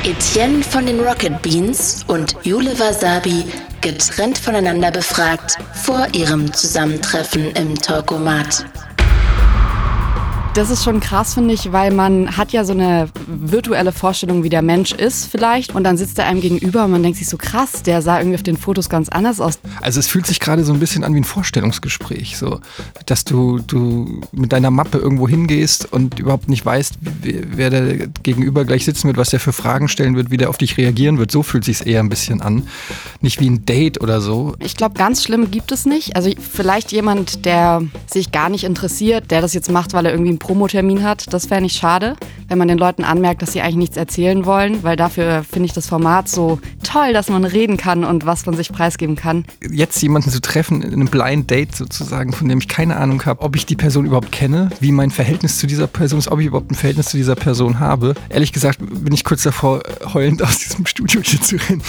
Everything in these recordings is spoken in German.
Etienne von den Rocket Beans und Jule Wasabi getrennt voneinander befragt vor ihrem Zusammentreffen im Talkomat. Das ist schon krass, finde ich, weil man hat ja so eine virtuelle Vorstellung, wie der Mensch ist vielleicht. Und dann sitzt er einem gegenüber und man denkt sich so, krass, der sah irgendwie auf den Fotos ganz anders aus. Also es fühlt sich gerade so ein bisschen an wie ein Vorstellungsgespräch. So, dass du mit deiner Mappe irgendwo hingehst und überhaupt nicht weißt, wer da gegenüber gleich sitzen wird, was der für Fragen stellen wird, wie der auf dich reagieren wird. So fühlt sich es eher ein bisschen an. Nicht wie ein Date oder so. Ich glaube, ganz schlimm gibt es nicht. Also vielleicht jemand, der sich gar nicht interessiert, der das jetzt macht, weil er irgendwie einen Promotermin hat, das wäre nicht schade, wenn man den Leuten anmerkt, dass sie eigentlich nichts erzählen wollen, weil dafür finde ich das Format so toll, dass man reden kann und was von sich preisgeben kann. Jetzt jemanden zu treffen in einem Blind Date sozusagen, von dem ich keine Ahnung habe, ob ich die Person überhaupt kenne, wie mein Verhältnis zu dieser Person ist, ob ich überhaupt ein Verhältnis zu dieser Person habe. Ehrlich gesagt bin ich kurz davor, heulend aus diesem Studio hier zu rennen.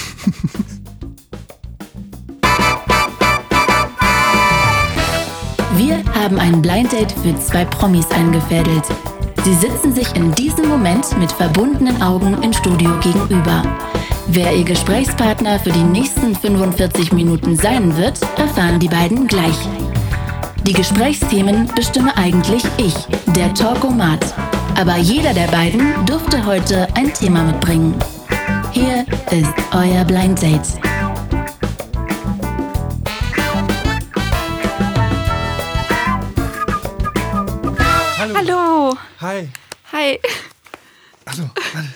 Wir haben ein Blind Date für 2 Promis eingefädelt. Sie sitzen sich in diesem Moment mit verbundenen Augen im Studio gegenüber. Wer ihr Gesprächspartner für die nächsten 45 Minuten sein wird, erfahren die beiden gleich. Die Gesprächsthemen bestimme eigentlich ich, der Talkomat. Aber jeder der beiden durfte heute ein Thema mitbringen. Hier ist euer Blind Date. Hallo. Hi. Hi. Hallo.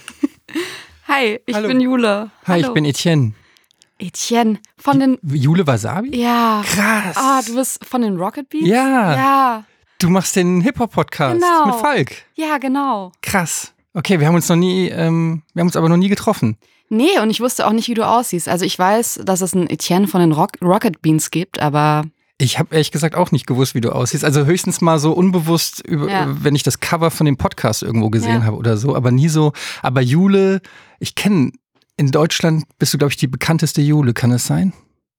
Hi, ich Hallo. bin Jule. Hi, Hallo. ich bin Etienne. Etienne von den... Jule Wasabi? Ja. Krass. Ah, du bist von den Rocket Beans? Ja. Ja. Du machst den Hip-Hop-Podcast Genau. mit Falk. Ja, genau. Krass. Okay, wir haben uns aber noch nie getroffen. Nee, und ich wusste auch nicht, wie du aussiehst. Also ich weiß, dass es einen Etienne von den Rocket Beans gibt, aber... Ich habe ehrlich gesagt auch nicht gewusst, wie du aussiehst. Also höchstens mal so unbewusst, wenn ich das Cover von dem Podcast irgendwo gesehen habe oder so, aber nie so. Aber Jule, ich kenne, in Deutschland bist du, glaube ich, die bekannteste Jule, kann es sein?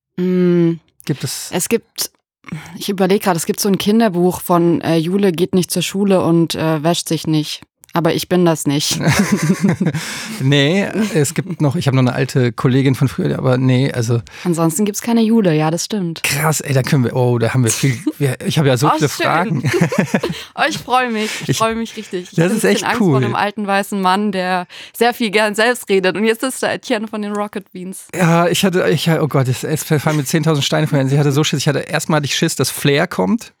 Gibt es? Ich überlege gerade, es gibt so ein Kinderbuch von Jule geht nicht zur Schule und wäscht sich nicht. Aber ich bin das nicht. Nee, es gibt noch, ich habe noch eine alte Kollegin von früher, aber nee, also. Ansonsten gibt's keine Jule, ja, das stimmt. Krass, ey, da haben wir viel, ich habe ja so viele schön. Fragen. Oh, ich freue mich richtig. Ich das hatte ist ein echt bisschen Angst cool. vor einem alten weißen Mann, der sehr viel gern selbst redet. Und jetzt ist der Etienne von den Rocket Beans. Ja, oh Gott, es fallen mir 10.000 Steine von mir. Sie hatte so Schiss, erstmal hatte ich Schiss, dass Flair kommt.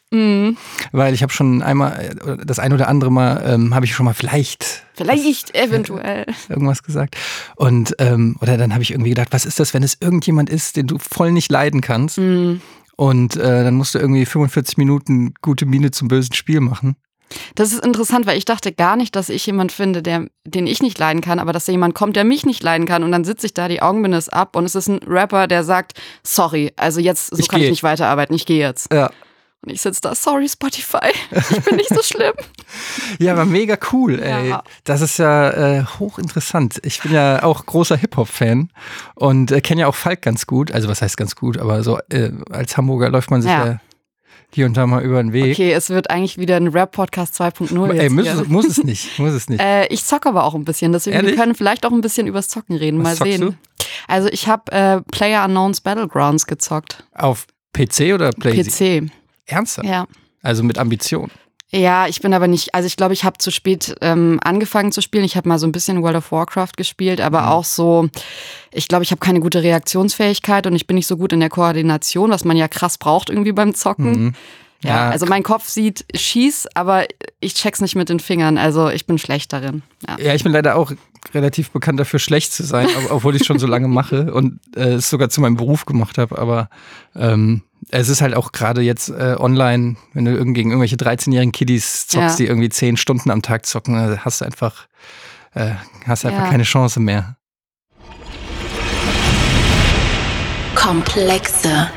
Weil ich habe schon einmal, das ein oder andere Mal, habe ich schon mal vielleicht eventuell irgendwas gesagt. Und oder dann habe ich irgendwie gedacht, was ist das, wenn es irgendjemand ist, den du voll nicht leiden kannst? Und dann musst du irgendwie 45 Minuten gute Miene zum bösen Spiel machen. Das ist interessant, weil ich dachte gar nicht, dass ich jemand finde, den ich nicht leiden kann, aber dass da jemand kommt, der mich nicht leiden kann. Und dann sitze ich da, die Augenbinde ist ab und es ist ein Rapper, der sagt, sorry, also jetzt kann ich nicht weiterarbeiten, ich gehe jetzt. Ja. Und ich sitze da, sorry Spotify, ich bin nicht so schlimm. Ja, aber mega cool, ey. Ja. Das ist ja hochinteressant. Ich bin ja auch großer Hip-Hop-Fan und kenne ja auch Falk ganz gut. Also was heißt ganz gut, aber so als Hamburger läuft man sich ja hier und da mal über den Weg. Okay, es wird eigentlich wieder ein Rap-Podcast 2.0 jetzt. Ey, muss es nicht. Ich zocke aber auch ein bisschen, deswegen Ehrlich? wir können vielleicht auch ein bisschen übers Zocken reden, Was mal sehen. zockst Also ich habe PlayerUnknown's Battlegrounds gezockt. Auf PC oder PlayStation? PC. Ernsthaft? Ja. Also mit Ambition. Ja, ich bin aber nicht, also ich glaube, ich habe zu spät angefangen zu spielen. Ich habe mal so ein bisschen World of Warcraft gespielt, aber auch so, ich glaube, ich habe keine gute Reaktionsfähigkeit und ich bin nicht so gut in der Koordination, was man ja krass braucht irgendwie beim Zocken. Ja, also mein Kopf sieht schieß, aber ich check's nicht mit den Fingern, also ich bin schlecht darin. Ja, ich bin leider auch relativ bekannt dafür, schlecht zu sein, obwohl ich es schon so lange mache und es sogar zu meinem Beruf gemacht habe, aber es ist halt auch gerade jetzt online, wenn du gegen irgendwelche 13-jährigen Kiddies zockst, die irgendwie 10 Stunden am Tag zocken, hast du einfach keine Chance mehr. Komplexe,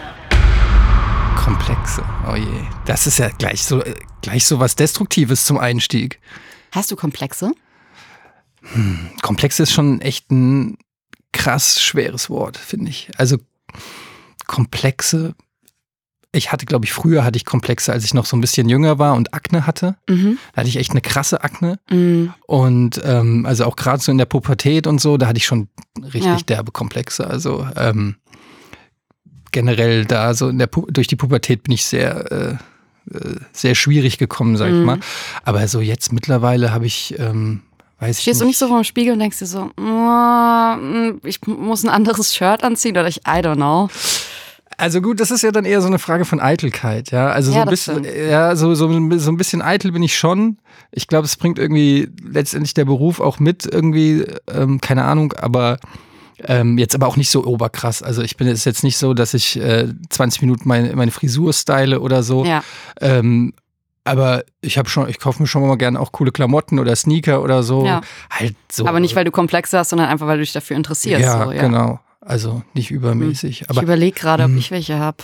oh je. Das ist ja gleich so was Destruktives zum Einstieg. Hast du Komplexe? Komplexe ist schon echt ein krass schweres Wort, finde ich. Also Komplexe, ich hatte, glaube ich, früher hatte ich Komplexe, als ich noch so ein bisschen jünger war und Akne hatte. Da hatte ich echt eine krasse Akne. Und also auch gerade so in der Pubertät und so, da hatte ich schon richtig derbe Komplexe. Also generell da so durch die Pubertät bin ich sehr schwierig gekommen, sag ich mal. Aber so jetzt mittlerweile habe ich, Stehst du nicht so vor dem Spiegel und denkst dir so, ich muss ein anderes Shirt anziehen oder I don't know. Also gut, das ist ja dann eher so eine Frage von Eitelkeit, ja. Also so ein bisschen, so ein bisschen eitel bin ich schon. Ich glaube, es bringt irgendwie letztendlich der Beruf auch mit irgendwie, keine Ahnung, aber jetzt aber auch nicht so oberkrass. Also ich bin es jetzt nicht so, dass ich 20 Minuten meine Frisur style oder so. Ja. Aber ich kaufe mir schon mal gerne auch coole Klamotten oder Sneaker oder so. Ja. Halt so. Aber nicht, weil du Komplexe hast, sondern einfach, weil du dich dafür interessierst. Ja, so, genau. Also nicht übermäßig. Aber ich überlege gerade, ob ich welche habe.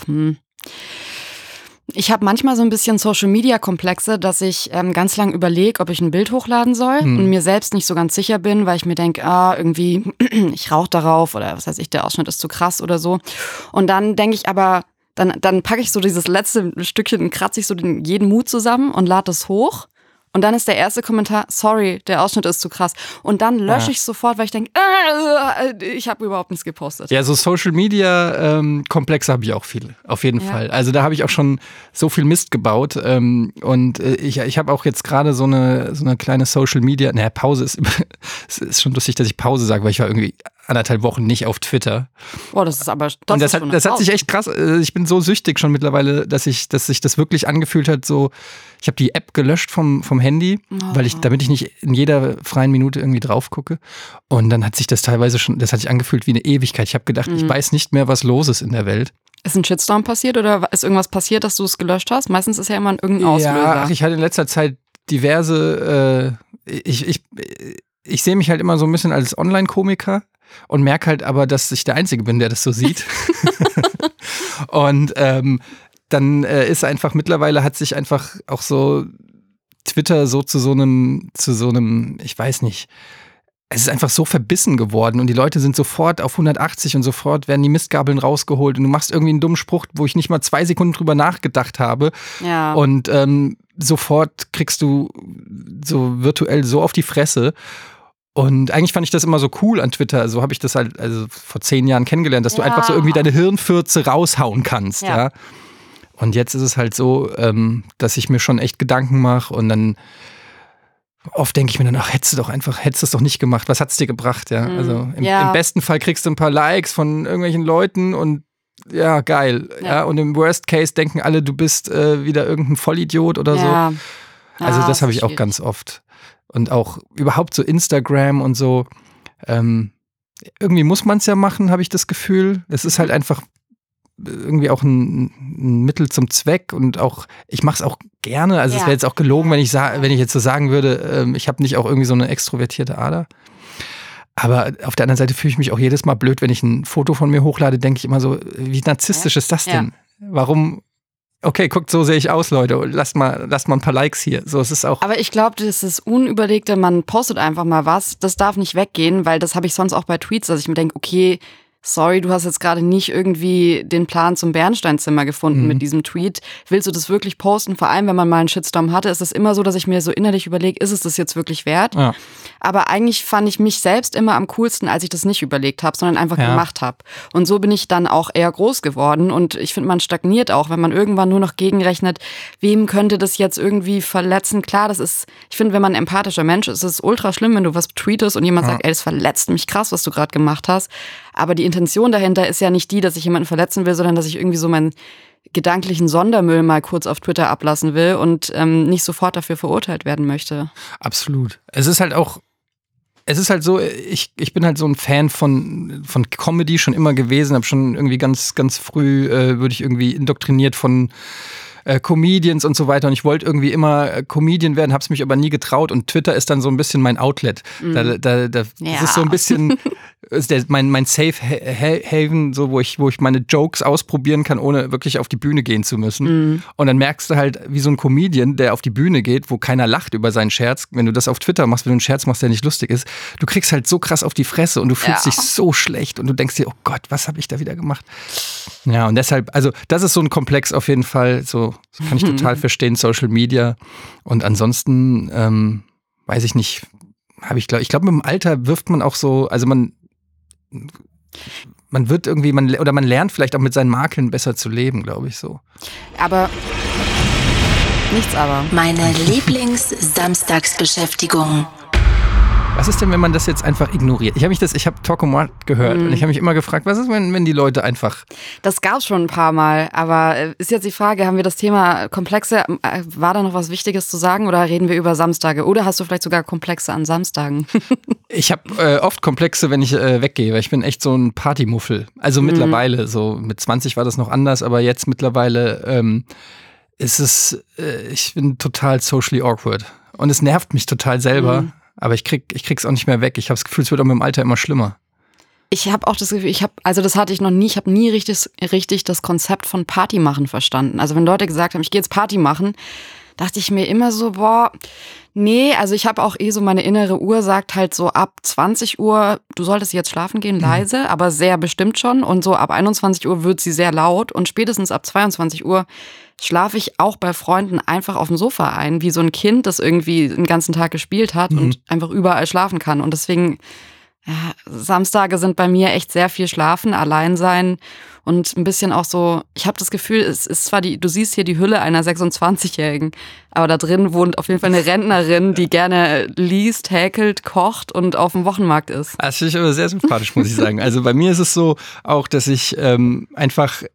Ich habe manchmal so ein bisschen Social-Media-Komplexe, dass ich ganz lang überlege, ob ich ein Bild hochladen soll und mir selbst nicht so ganz sicher bin, weil ich mir denke, irgendwie, ich rauche darauf oder was weiß ich, der Ausschnitt ist zu krass oder so. Und dann denke ich aber, dann packe ich so dieses letzte Stückchen, kratze ich so jeden Mut zusammen und lade es hoch. Und dann ist der erste Kommentar, sorry, der Ausschnitt ist zu krass. Und dann lösche ich sofort, weil ich denke, ich habe überhaupt nichts gepostet. Ja, so Social-Media-Komplexe habe ich auch viele, auf jeden Fall. Also da habe ich auch schon so viel Mist gebaut. Und ich habe auch jetzt gerade so eine kleine Social-Media, Pause ist schon lustig, dass ich Pause sage, weil ich war irgendwie 1,5 Wochen nicht auf Twitter. Boah, das ist aber und das hat sich echt krass, ich bin so süchtig schon mittlerweile, dass sich das wirklich angefühlt hat, so, ich habe die App gelöscht vom Handy, damit ich nicht in jeder freien Minute irgendwie drauf gucke. Und dann hat sich das teilweise schon, das hat sich angefühlt wie eine Ewigkeit. Ich habe gedacht, ich weiß nicht mehr, was los ist in der Welt. Ist ein Shitstorm passiert oder ist irgendwas passiert, dass du es gelöscht hast? Meistens ist ja immer irgendein Auslöser. Ja, ich hatte in letzter Zeit diverse, ich sehe mich halt immer so ein bisschen als Online-Komiker und merke halt aber, dass ich der Einzige bin, der das so sieht. Und dann ist einfach, mittlerweile hat sich einfach auch so Twitter so zu so einem, ich weiß nicht, es ist einfach so verbissen geworden und die Leute sind sofort auf 180 und sofort werden die Mistgabeln rausgeholt und du machst irgendwie einen dummen Spruch, wo ich nicht mal 2 Sekunden drüber nachgedacht habe. Ja. Und sofort kriegst du so virtuell so auf die Fresse. Und eigentlich fand ich das immer so cool an Twitter. So habe ich das halt vor 10 Jahren kennengelernt, dass du einfach so irgendwie deine Hirnfürze raushauen kannst. Ja. Und jetzt ist es halt so, dass ich mir schon echt Gedanken mache und dann oft denke ich mir dann, hättest du es doch nicht gemacht. Was hat es dir gebracht? Ja? Also im besten Fall kriegst du ein paar Likes von irgendwelchen Leuten und ja, geil. Ja. Und im Worst Case denken alle, du bist wieder irgendein Vollidiot oder so. Also das habe ich auch ganz oft. Und auch überhaupt so Instagram und so. Irgendwie muss man es ja machen, habe ich das Gefühl. Es ist halt einfach irgendwie auch ein Mittel zum Zweck und auch, ich mache es auch gerne. Also es wäre jetzt auch gelogen, wenn ich jetzt so sagen würde, ich habe nicht auch irgendwie so eine extrovertierte Ader. Aber auf der anderen Seite fühle ich mich auch jedes Mal blöd, wenn ich ein Foto von mir hochlade, denke ich immer so, wie narzisstisch ist das denn? Warum? Okay, guckt, so sehe ich aus, Leute. Lasst mal ein paar Likes hier. So, es ist auch. Aber ich glaube, das ist Unüberlegte, man postet einfach mal was. Das darf nicht weggehen, weil das habe ich sonst auch bei Tweets, dass ich mir denke, okay, sorry, du hast jetzt gerade nicht irgendwie den Plan zum Bernsteinzimmer gefunden mit diesem Tweet. Willst du das wirklich posten? Vor allem, wenn man mal einen Shitstorm hatte, ist es immer so, dass ich mir so innerlich überlege, ist es das jetzt wirklich wert? Ja. Aber eigentlich fand ich mich selbst immer am coolsten, als ich das nicht überlegt habe, sondern einfach gemacht habe. Und so bin ich dann auch eher groß geworden. Und ich finde, man stagniert auch, wenn man irgendwann nur noch gegenrechnet, wem könnte das jetzt irgendwie verletzen? Klar, das ist, ich finde, wenn man ein empathischer Mensch ist, ist es ultra schlimm, wenn du was tweetest und jemand sagt, ey, das verletzt mich krass, was du gerade gemacht hast. Aber die Intention dahinter ist ja nicht die, dass ich jemanden verletzen will, sondern dass ich irgendwie so meinen gedanklichen Sondermüll mal kurz auf Twitter ablassen will und nicht sofort dafür verurteilt werden möchte. Absolut. Es ist halt so, ich bin halt so ein Fan von Comedy schon immer gewesen, habe schon irgendwie ganz, ganz früh, würde ich irgendwie indoktriniert von Comedians und so weiter. Und ich wollte irgendwie immer Comedian werden, habe es mich aber nie getraut. Und Twitter ist dann so ein bisschen mein Outlet. Das ist so ein bisschen mein Safe Haven, so wo ich meine Jokes ausprobieren kann, ohne wirklich auf die Bühne gehen zu müssen. Und dann merkst du halt, wie so ein Comedian, der auf die Bühne geht, wo keiner lacht über seinen Scherz. Wenn du das auf Twitter machst, wenn du einen Scherz machst, der nicht lustig ist, du kriegst halt so krass auf die Fresse und du fühlst dich so schlecht und du denkst dir, oh Gott, was habe ich da wieder gemacht? Ja, und deshalb, also das ist so ein Komplex auf jeden Fall, so das kann ich total verstehen, Social Media. Und ansonsten, weiß ich nicht, ich glaube, mit dem Alter wirft man auch so, also man wird irgendwie, man lernt vielleicht auch mit seinen Makeln besser zu leben, glaube ich so. Aber nichts aber. Meine Lieblings-Samstagsbeschäftigung. Was ist denn, wenn man das jetzt einfach ignoriert? Ich habe Talk-o-Mart gehört und ich habe mich immer gefragt, was ist, wenn die Leute einfach... Das gab es schon ein paar Mal, aber ist jetzt die Frage, haben wir das Thema Komplexe, war da noch was Wichtiges zu sagen oder reden wir über Samstage? Oder hast du vielleicht sogar Komplexe an Samstagen? Ich habe oft Komplexe, wenn ich weggehe, weil ich bin echt so ein Partymuffel. Also mittlerweile, so mit 20 war das noch anders, aber jetzt mittlerweile ich bin total socially awkward und es nervt mich total selber. Aber ich krieg's auch nicht mehr weg. Ich habe das Gefühl, es wird auch mit dem Alter immer schlimmer. Ich habe auch das Gefühl, also das hatte ich noch nie, ich habe nie richtig das Konzept von Party machen verstanden. Also wenn Leute gesagt haben, ich gehe jetzt Party machen, dachte ich mir immer so, nee, also ich habe auch so meine innere Uhr sagt halt so ab 20 Uhr, du solltest jetzt schlafen gehen, leise, aber sehr bestimmt schon. Und so ab 21 Uhr wird sie sehr laut und spätestens ab 22 Uhr schlafe ich auch bei Freunden einfach auf dem Sofa ein, wie so ein Kind, das irgendwie den ganzen Tag gespielt hat und einfach überall schlafen kann. Und deswegen, Samstage sind bei mir echt sehr viel Schlafen, allein sein und ein bisschen auch so, ich habe das Gefühl, es ist zwar du siehst hier die Hülle einer 26-Jährigen, aber da drin wohnt auf jeden Fall eine Rentnerin, die gerne liest, häkelt, kocht und auf dem Wochenmarkt ist. Das finde ich aber sehr sympathisch, muss ich sagen. Also bei mir ist es so auch, dass ich einfach,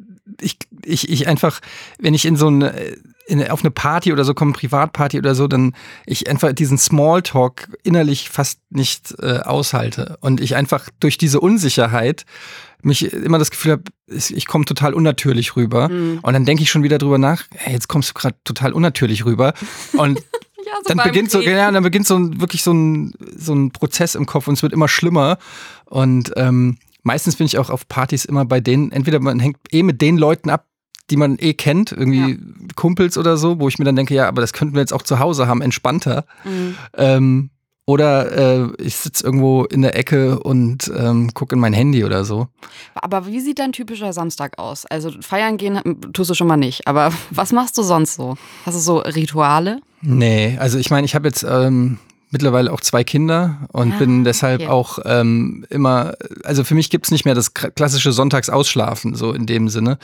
wenn ich auf eine Party oder so komme, Privatparty oder so, dann ich einfach diesen Smalltalk innerlich fast nicht aushalte. Und ich einfach durch diese Unsicherheit mich immer das Gefühl habe, ich komme total unnatürlich rüber. Und dann denke ich schon wieder drüber nach, hey, jetzt kommst du gerade total unnatürlich rüber. Und ja, so dann beginnt wirklich so ein Prozess im Kopf und es wird immer schlimmer. Und meistens bin ich auch auf Partys immer bei denen, entweder man hängt mit den Leuten ab, die man kennt, irgendwie Kumpels oder so, wo ich mir dann denke, ja, aber das könnten wir jetzt auch zu Hause haben, entspannter. Oder ich sitze irgendwo in der Ecke und gucke in mein Handy oder so. Aber wie sieht dein typischer Samstag aus? Also feiern gehen tust du schon mal nicht, aber was machst du sonst so? Hast du so Rituale? Nee, also ich meine, ich habe jetzt mittlerweile auch 2 Kinder und bin deshalb auch immer, also für mich gibt's nicht mehr das klassische Sonntagsausschlafen, so in dem Sinne.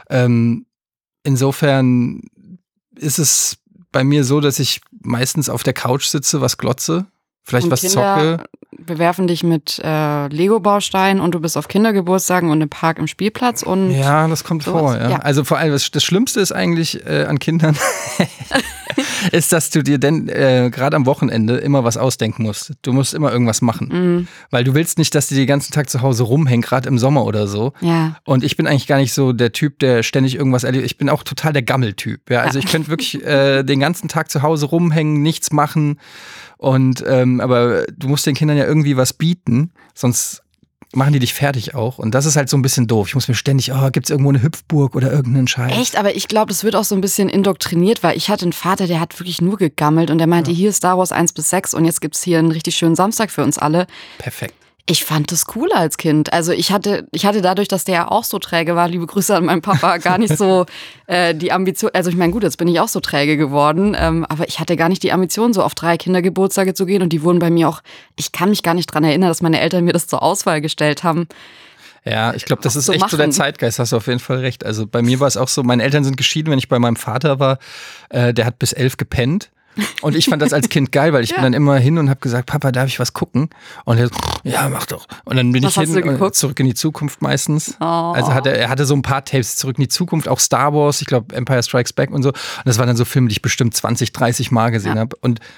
Insofern ist es bei mir so, dass ich meistens auf der Couch sitze, was glotze, vielleicht und was Kinder zocke. Bewerfen dich mit Lego-Bausteinen und du bist auf Kindergeburtstagen und im Park im Spielplatz und ja, das kommt vor, ja. Also vor allem, das Schlimmste ist eigentlich an Kindern, ist, dass du dir denn gerade am Wochenende immer was ausdenken musst. Du musst immer irgendwas machen, weil du willst nicht, dass die ganzen Tag zu Hause rumhängen, gerade im Sommer oder so. Ja. Und ich bin eigentlich gar nicht so der Typ, der ständig irgendwas erlebt. Ich bin auch total der Gammeltyp. Ja? Also ich könnte wirklich den ganzen Tag zu Hause rumhängen, nichts machen. Und aber du musst den Kindern ja irgendwie was bieten, sonst machen die dich fertig auch. Und das ist halt so ein bisschen doof. Ich muss mir ständig, gibt's irgendwo eine Hüpfburg oder irgendeinen Scheiß. Echt? Aber ich glaube, das wird auch so ein bisschen indoktriniert, weil ich hatte einen Vater, der hat wirklich nur gegammelt und der meinte, hier ist Star Wars 1-6 und jetzt gibt's hier einen richtig schönen Samstag für uns alle. Perfekt. Ich fand das cooler als Kind. Also ich hatte dadurch, dass der ja auch so träge war, liebe Grüße an meinen Papa, gar nicht so die Ambition. Also ich meine, gut, jetzt bin ich auch so träge geworden, aber ich hatte gar nicht die Ambition, so auf 3 Kindergeburtstage zu gehen und die wurden bei mir auch, ich kann mich gar nicht dran erinnern, dass meine Eltern mir das zur Auswahl gestellt haben. Ja, ich glaube, das ist echt so der Zeitgeist, hast du auf jeden Fall recht. Also bei mir war es auch so, meine Eltern sind geschieden, wenn ich bei meinem Vater war, der hat bis 11 gepennt. Und ich fand das als Kind geil, weil ich bin dann immer hin und habe gesagt, Papa, darf ich was gucken? Und er ja, mach doch. Und dann bin ich hin und Zurück in die Zukunft meistens. Oh. Also er hatte so ein paar Tapes Zurück in die Zukunft, auch Star Wars, ich glaube Empire Strikes Back und so. Und das waren dann so Filme, die ich bestimmt 20, 30 Mal gesehen habe. Und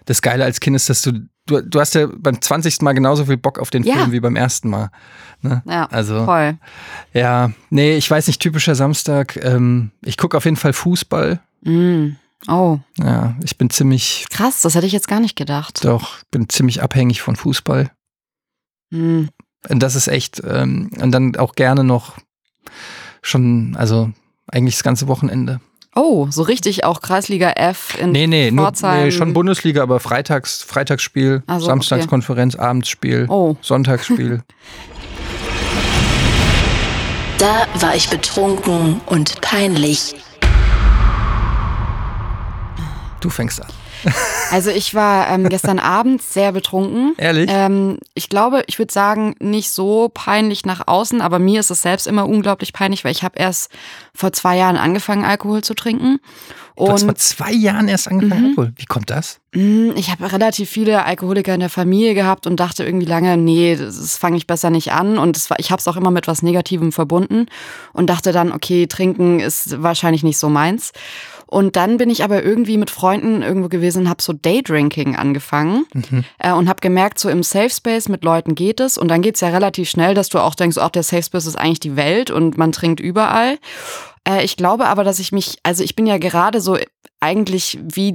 Das Geile als Kind ist, dass du hast ja beim 20. Mal genauso viel Bock auf den Film wie beim ersten Mal. Ne? Ja, also, voll. Ja, nee, ich weiß nicht, typischer Samstag. Ich gucke auf jeden Fall Fußball. Oh. Ja, ich bin ziemlich... Krass, das hätte ich jetzt gar nicht gedacht. Doch, bin ziemlich abhängig von Fußball. Und das ist echt, und dann auch gerne noch schon, also eigentlich das ganze Wochenende. Oh, so richtig auch Kreisliga F in Pforzheim? Nee, schon Bundesliga, aber Freitagsspiel, also, Samstagskonferenz, Abendsspiel, Sonntagsspiel. Da war ich betrunken und peinlich. Du fängst an. Also ich war gestern Abend sehr betrunken. Ehrlich? Ich glaube, ich würde sagen, nicht so peinlich nach außen, aber mir ist es selbst immer unglaublich peinlich, weil ich habe erst vor 2 Jahren angefangen, Alkohol zu trinken. Du hast vor 2 Jahren erst angefangen, Alkohol? Wie kommt das? Ich habe relativ viele Alkoholiker in der Familie gehabt und dachte irgendwie lange, nee, das fange ich besser nicht an. Und ich habe es auch immer mit was Negativem verbunden und dachte dann, okay, trinken ist wahrscheinlich nicht so meins. Und dann bin ich aber irgendwie mit Freunden irgendwo gewesen und habe so Daydrinking angefangen und habe gemerkt, so im Safe Space mit Leuten geht es. Und dann geht es ja relativ schnell, dass du auch denkst, der Safe Space ist eigentlich die Welt und man trinkt überall. Ich glaube aber, dass ich bin ja gerade so eigentlich wie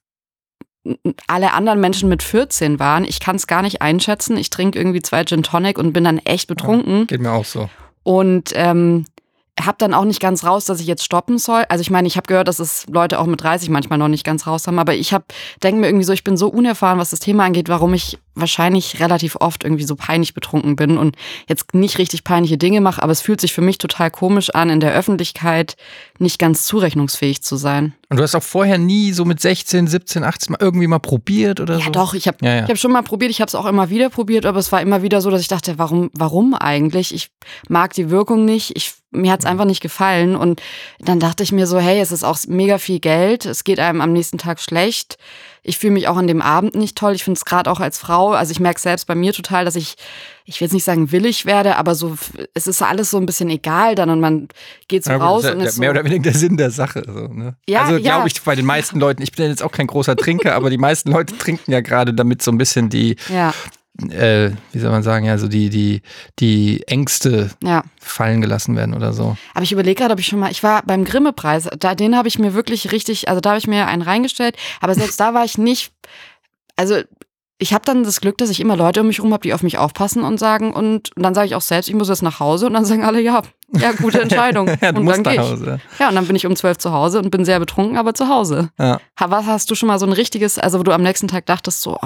alle anderen Menschen mit 14 waren. Ich kann es gar nicht einschätzen. Ich trinke irgendwie 2 Gin Tonic und bin dann echt betrunken. Ja, geht mir auch so. Und habe dann auch nicht ganz raus, dass ich jetzt stoppen soll. Also ich meine, ich habe gehört, dass es Leute auch mit 30 manchmal noch nicht ganz raus haben, aber ich denke mir irgendwie so, ich bin so unerfahren, was das Thema angeht, warum ich wahrscheinlich relativ oft irgendwie so peinlich betrunken bin und jetzt nicht richtig peinliche Dinge mache, aber es fühlt sich für mich total komisch an, in der Öffentlichkeit nicht ganz zurechnungsfähig zu sein. Und du hast auch vorher nie so mit 16, 17, 18 mal irgendwie mal probiert oder so? Ja doch, ich habe schon mal probiert, ich habe es auch immer wieder probiert, aber es war immer wieder so, dass ich dachte, warum eigentlich? Ich mag die Wirkung nicht, mir hat es einfach nicht gefallen und dann dachte ich mir so, hey, es ist auch mega viel Geld, es geht einem am nächsten Tag schlecht. Ich fühle mich auch an dem Abend nicht toll. Ich finde es gerade auch als Frau, also ich merke selbst bei mir total, dass ich will jetzt nicht sagen willig werde, aber so, es ist alles so ein bisschen egal dann und man geht so raus. Das ist und ist mehr oder weniger der Sinn der Sache. So, ne? Ja, also glaube ich bei den meisten Leuten, ich bin jetzt auch kein großer Trinker, aber die meisten Leute trinken ja gerade, damit so ein bisschen die... Ja. Wie soll man sagen, ja, so die Ängste fallen gelassen werden oder so. Aber ich überlege gerade, ich war beim Grimme-Preis, den habe ich mir wirklich richtig, also da habe ich mir einen reingestellt, aber selbst da war ich nicht, also ich habe dann das Glück, dass ich immer Leute um mich rum habe, die auf mich aufpassen und sagen, und dann sage ich auch selbst, ich muss jetzt nach Hause und dann sagen alle, ja, gute Entscheidung. Ja, du und musst dann nach Hause. Ja, und dann bin ich um 12 zu Hause und bin sehr betrunken, aber zu Hause. Ja. Was hast du schon mal so ein richtiges, also wo du am nächsten Tag dachtest so,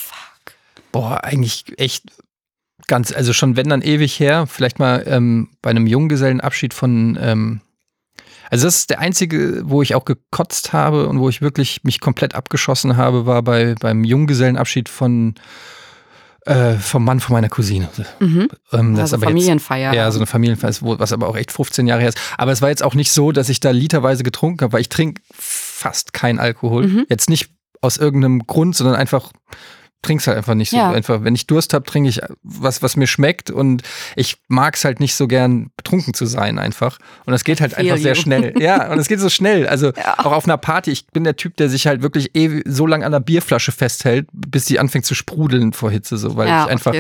boah, eigentlich echt also schon wenn dann ewig her, vielleicht mal bei einem Junggesellenabschied von, also das ist der einzige, wo ich auch gekotzt habe und wo ich wirklich mich komplett abgeschossen habe, war beim Junggesellenabschied vom Mann von meiner Cousine. Das also aber Familienfeier. Ja, so eine Familienfeier, was aber auch echt 15 Jahre her ist. Aber es war jetzt auch nicht so, dass ich da literweise getrunken habe, weil ich trinke fast keinen Alkohol. Jetzt nicht aus irgendeinem Grund, sondern einfach trink's halt einfach nicht so einfach. Wenn ich Durst habe, trinke ich was mir schmeckt und ich mag es halt nicht so gern, betrunken zu sein einfach. Und das geht halt einfach sehr schnell. Ja, und es geht so schnell. Also auch auf einer Party, ich bin der Typ, der sich halt wirklich so lange an einer Bierflasche festhält, bis die anfängt zu sprudeln vor Hitze, so, weil ich einfach,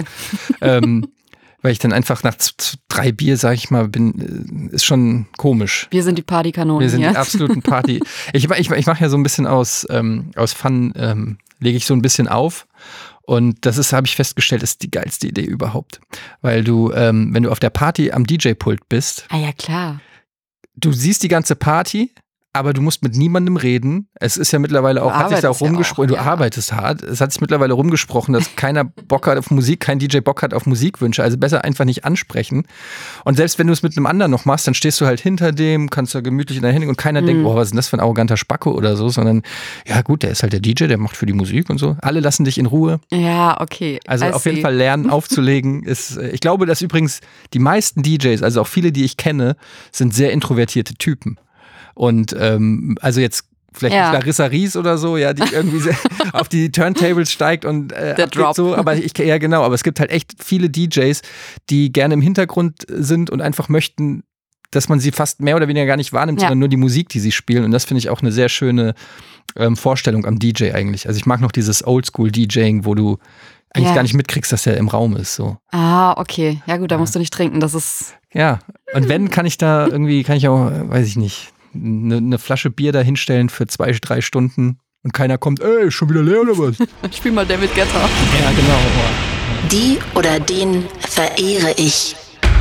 weil ich dann einfach nach 3 Bier, sag ich mal, bin, ist schon komisch. Wir sind die Partykanonen. Wir sind die absoluten Party. Ich mache ja so ein bisschen aus Fun, lege ich so ein bisschen auf. Und das habe ich festgestellt, ist die geilste Idee überhaupt. Weil du, wenn du auf der Party am DJ-Pult bist. Ah ja, klar. Du siehst die ganze Party, aber du musst mit niemandem reden. Es ist ja mittlerweile auch, hat sich da auch rumgesprochen, du arbeitest hart. Es hat sich mittlerweile rumgesprochen, dass keiner Bock hat auf Musik, kein DJ Bock hat auf Musikwünsche. Also besser einfach nicht ansprechen. Und selbst wenn du es mit einem anderen noch machst, dann stehst du halt hinter dem, kannst da gemütlich in der Hände und keiner denkt, was ist denn das für ein arroganter Spacko oder so, sondern ja gut, der ist halt der DJ, der macht für die Musik und so. Alle lassen dich in Ruhe. Ja, okay. Also auf jeden Fall lernen, aufzulegen ist, ich glaube, dass übrigens die meisten DJs, also auch viele, die ich kenne, sind sehr introvertierte Typen. Und also jetzt vielleicht nicht Larissa Ries oder so, ja, die irgendwie auf die Turntables steigt und der Drop. So, aber aber es gibt halt echt viele DJs, die gerne im Hintergrund sind und einfach möchten dass man sie fast mehr oder weniger gar nicht wahrnimmt, sondern nur die Musik, die sie spielen. Und das finde ich auch eine sehr schöne Vorstellung am DJ eigentlich. Also ich mag noch dieses Oldschool-DJing, wo du eigentlich gar nicht mitkriegst, dass er im Raum ist. So. Ah, okay. Ja gut, da musst du nicht trinken, das ist... Ja, und wenn, kann ich auch, weiß ich nicht, eine Flasche Bier da hinstellen für 2-3 Stunden und keiner kommt, ey, ist schon wieder leer oder was? Spiel mal David Guetta. Ja, genau. Die oder den verehre ich.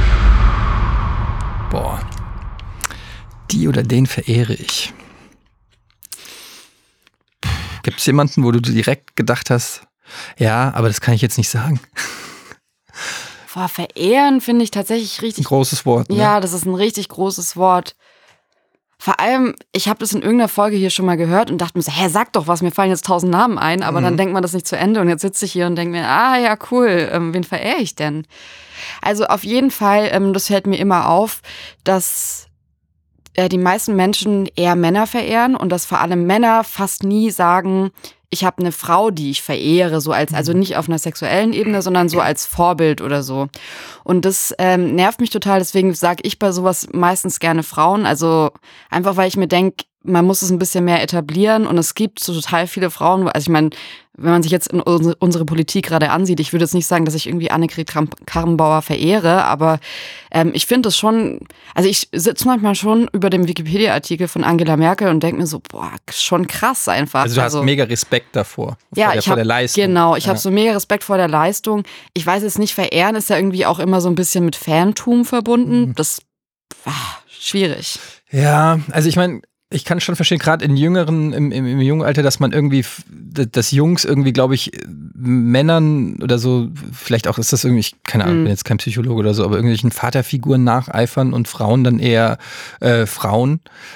Boah. Die oder den verehre ich. Gibt es jemanden, wo du direkt gedacht hast, ja, aber das kann ich jetzt nicht sagen? Boah, verehren finde ich tatsächlich richtig... Ein großes Wort, ne? Ja, das ist ein richtig großes Wort. Vor allem, ich habe das in irgendeiner Folge hier schon mal gehört und dachte mir so, sag doch was, mir fallen jetzt 1000 Namen ein, aber dann denkt man das nicht zu Ende und jetzt sitze ich hier und denke mir, ja, cool, wen verehre ich denn? Also auf jeden Fall, das fällt mir immer auf, dass die meisten Menschen eher Männer verehren und dass vor allem Männer fast nie sagen, ich habe eine Frau, die ich verehre, so also nicht auf einer sexuellen Ebene, sondern so als Vorbild oder so. Und das nervt mich total, deswegen sage ich bei sowas meistens gerne Frauen. Also einfach, weil ich mir denke, man muss es ein bisschen mehr etablieren und es gibt so total viele Frauen, also ich meine, wenn man sich jetzt in unsere Politik gerade ansieht, ich würde jetzt nicht sagen, dass ich irgendwie Annegret Kramp-Karrenbauer verehre, aber ich finde es schon, also ich sitze manchmal schon über dem Wikipedia-Artikel von Angela Merkel und denke mir so, boah, schon krass einfach. Also du hast mega Respekt davor, vor der Leistung. Genau, ich habe so mega Respekt vor der Leistung. Ich weiß jetzt nicht, verehren ist ja irgendwie auch immer so ein bisschen mit Fantum verbunden. Das schwierig. Ja, also ich meine, ich kann schon verstehen, gerade im jungen Alter, dass man irgendwie, dass Jungs irgendwie, glaube ich, Männern oder so, vielleicht auch ist das irgendwie, keine Ahnung, bin jetzt kein Psychologe oder so, aber irgendwelchen Vaterfiguren nacheifern und Frauen dann eher Frauen.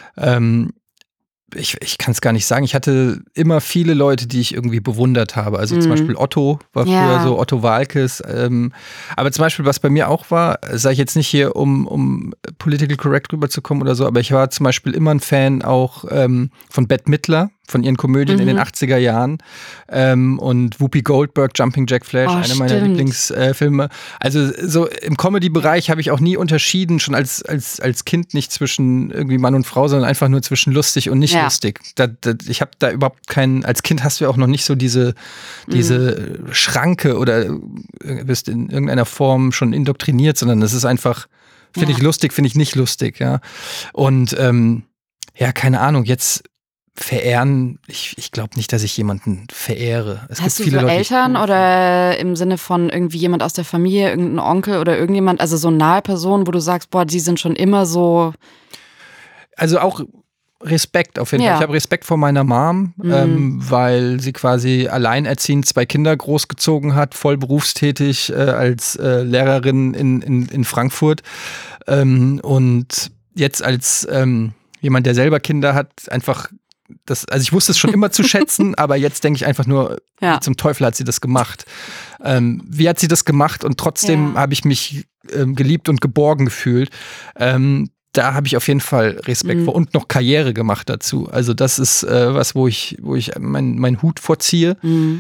Ich kann es gar nicht sagen. Ich hatte immer viele Leute, die ich irgendwie bewundert habe. Also zum Beispiel Otto war früher so, Otto Waalkes. Aber zum Beispiel, was bei mir auch war, sage ich jetzt nicht hier, um political correct rüberzukommen oder so, aber ich war zum Beispiel immer ein Fan auch von Bette Midler, von ihren Komödien in den 80er Jahren und Whoopi Goldberg, Jumping Jack Flash, einer meiner Lieblingsfilme. Also so im Comedy-Bereich habe ich auch nie unterschieden, schon als Kind nicht zwischen irgendwie Mann und Frau, sondern einfach nur zwischen lustig und nicht lustig. Ich habe da überhaupt keinen, als Kind hast du ja auch noch nicht so diese Schranke oder bist in irgendeiner Form schon indoktriniert, sondern es ist einfach, finde ich lustig, finde ich nicht lustig, ja. Und keine Ahnung, jetzt verehren, ich glaube nicht, dass ich jemanden verehre. Hast du so Eltern oder im Sinne von irgendwie jemand aus der Familie, irgendein Onkel oder irgendjemand, also so nahe Personen, wo du sagst, boah, die sind schon immer so... Also auch Respekt auf jeden Fall. Ich habe Respekt vor meiner Mom, weil sie quasi alleinerziehend 2 Kinder großgezogen hat, voll berufstätig als Lehrerin in Frankfurt und jetzt als jemand, der selber Kinder hat, einfach also ich wusste es schon immer zu schätzen, aber jetzt denke ich einfach nur, wie zum Teufel hat sie das gemacht? Wie hat sie das gemacht? Und trotzdem habe ich mich geliebt und geborgen gefühlt. Da habe ich auf jeden Fall Respekt vor und noch Karriere gemacht dazu. Also das ist was, wo ich meinen Hut vorziehe.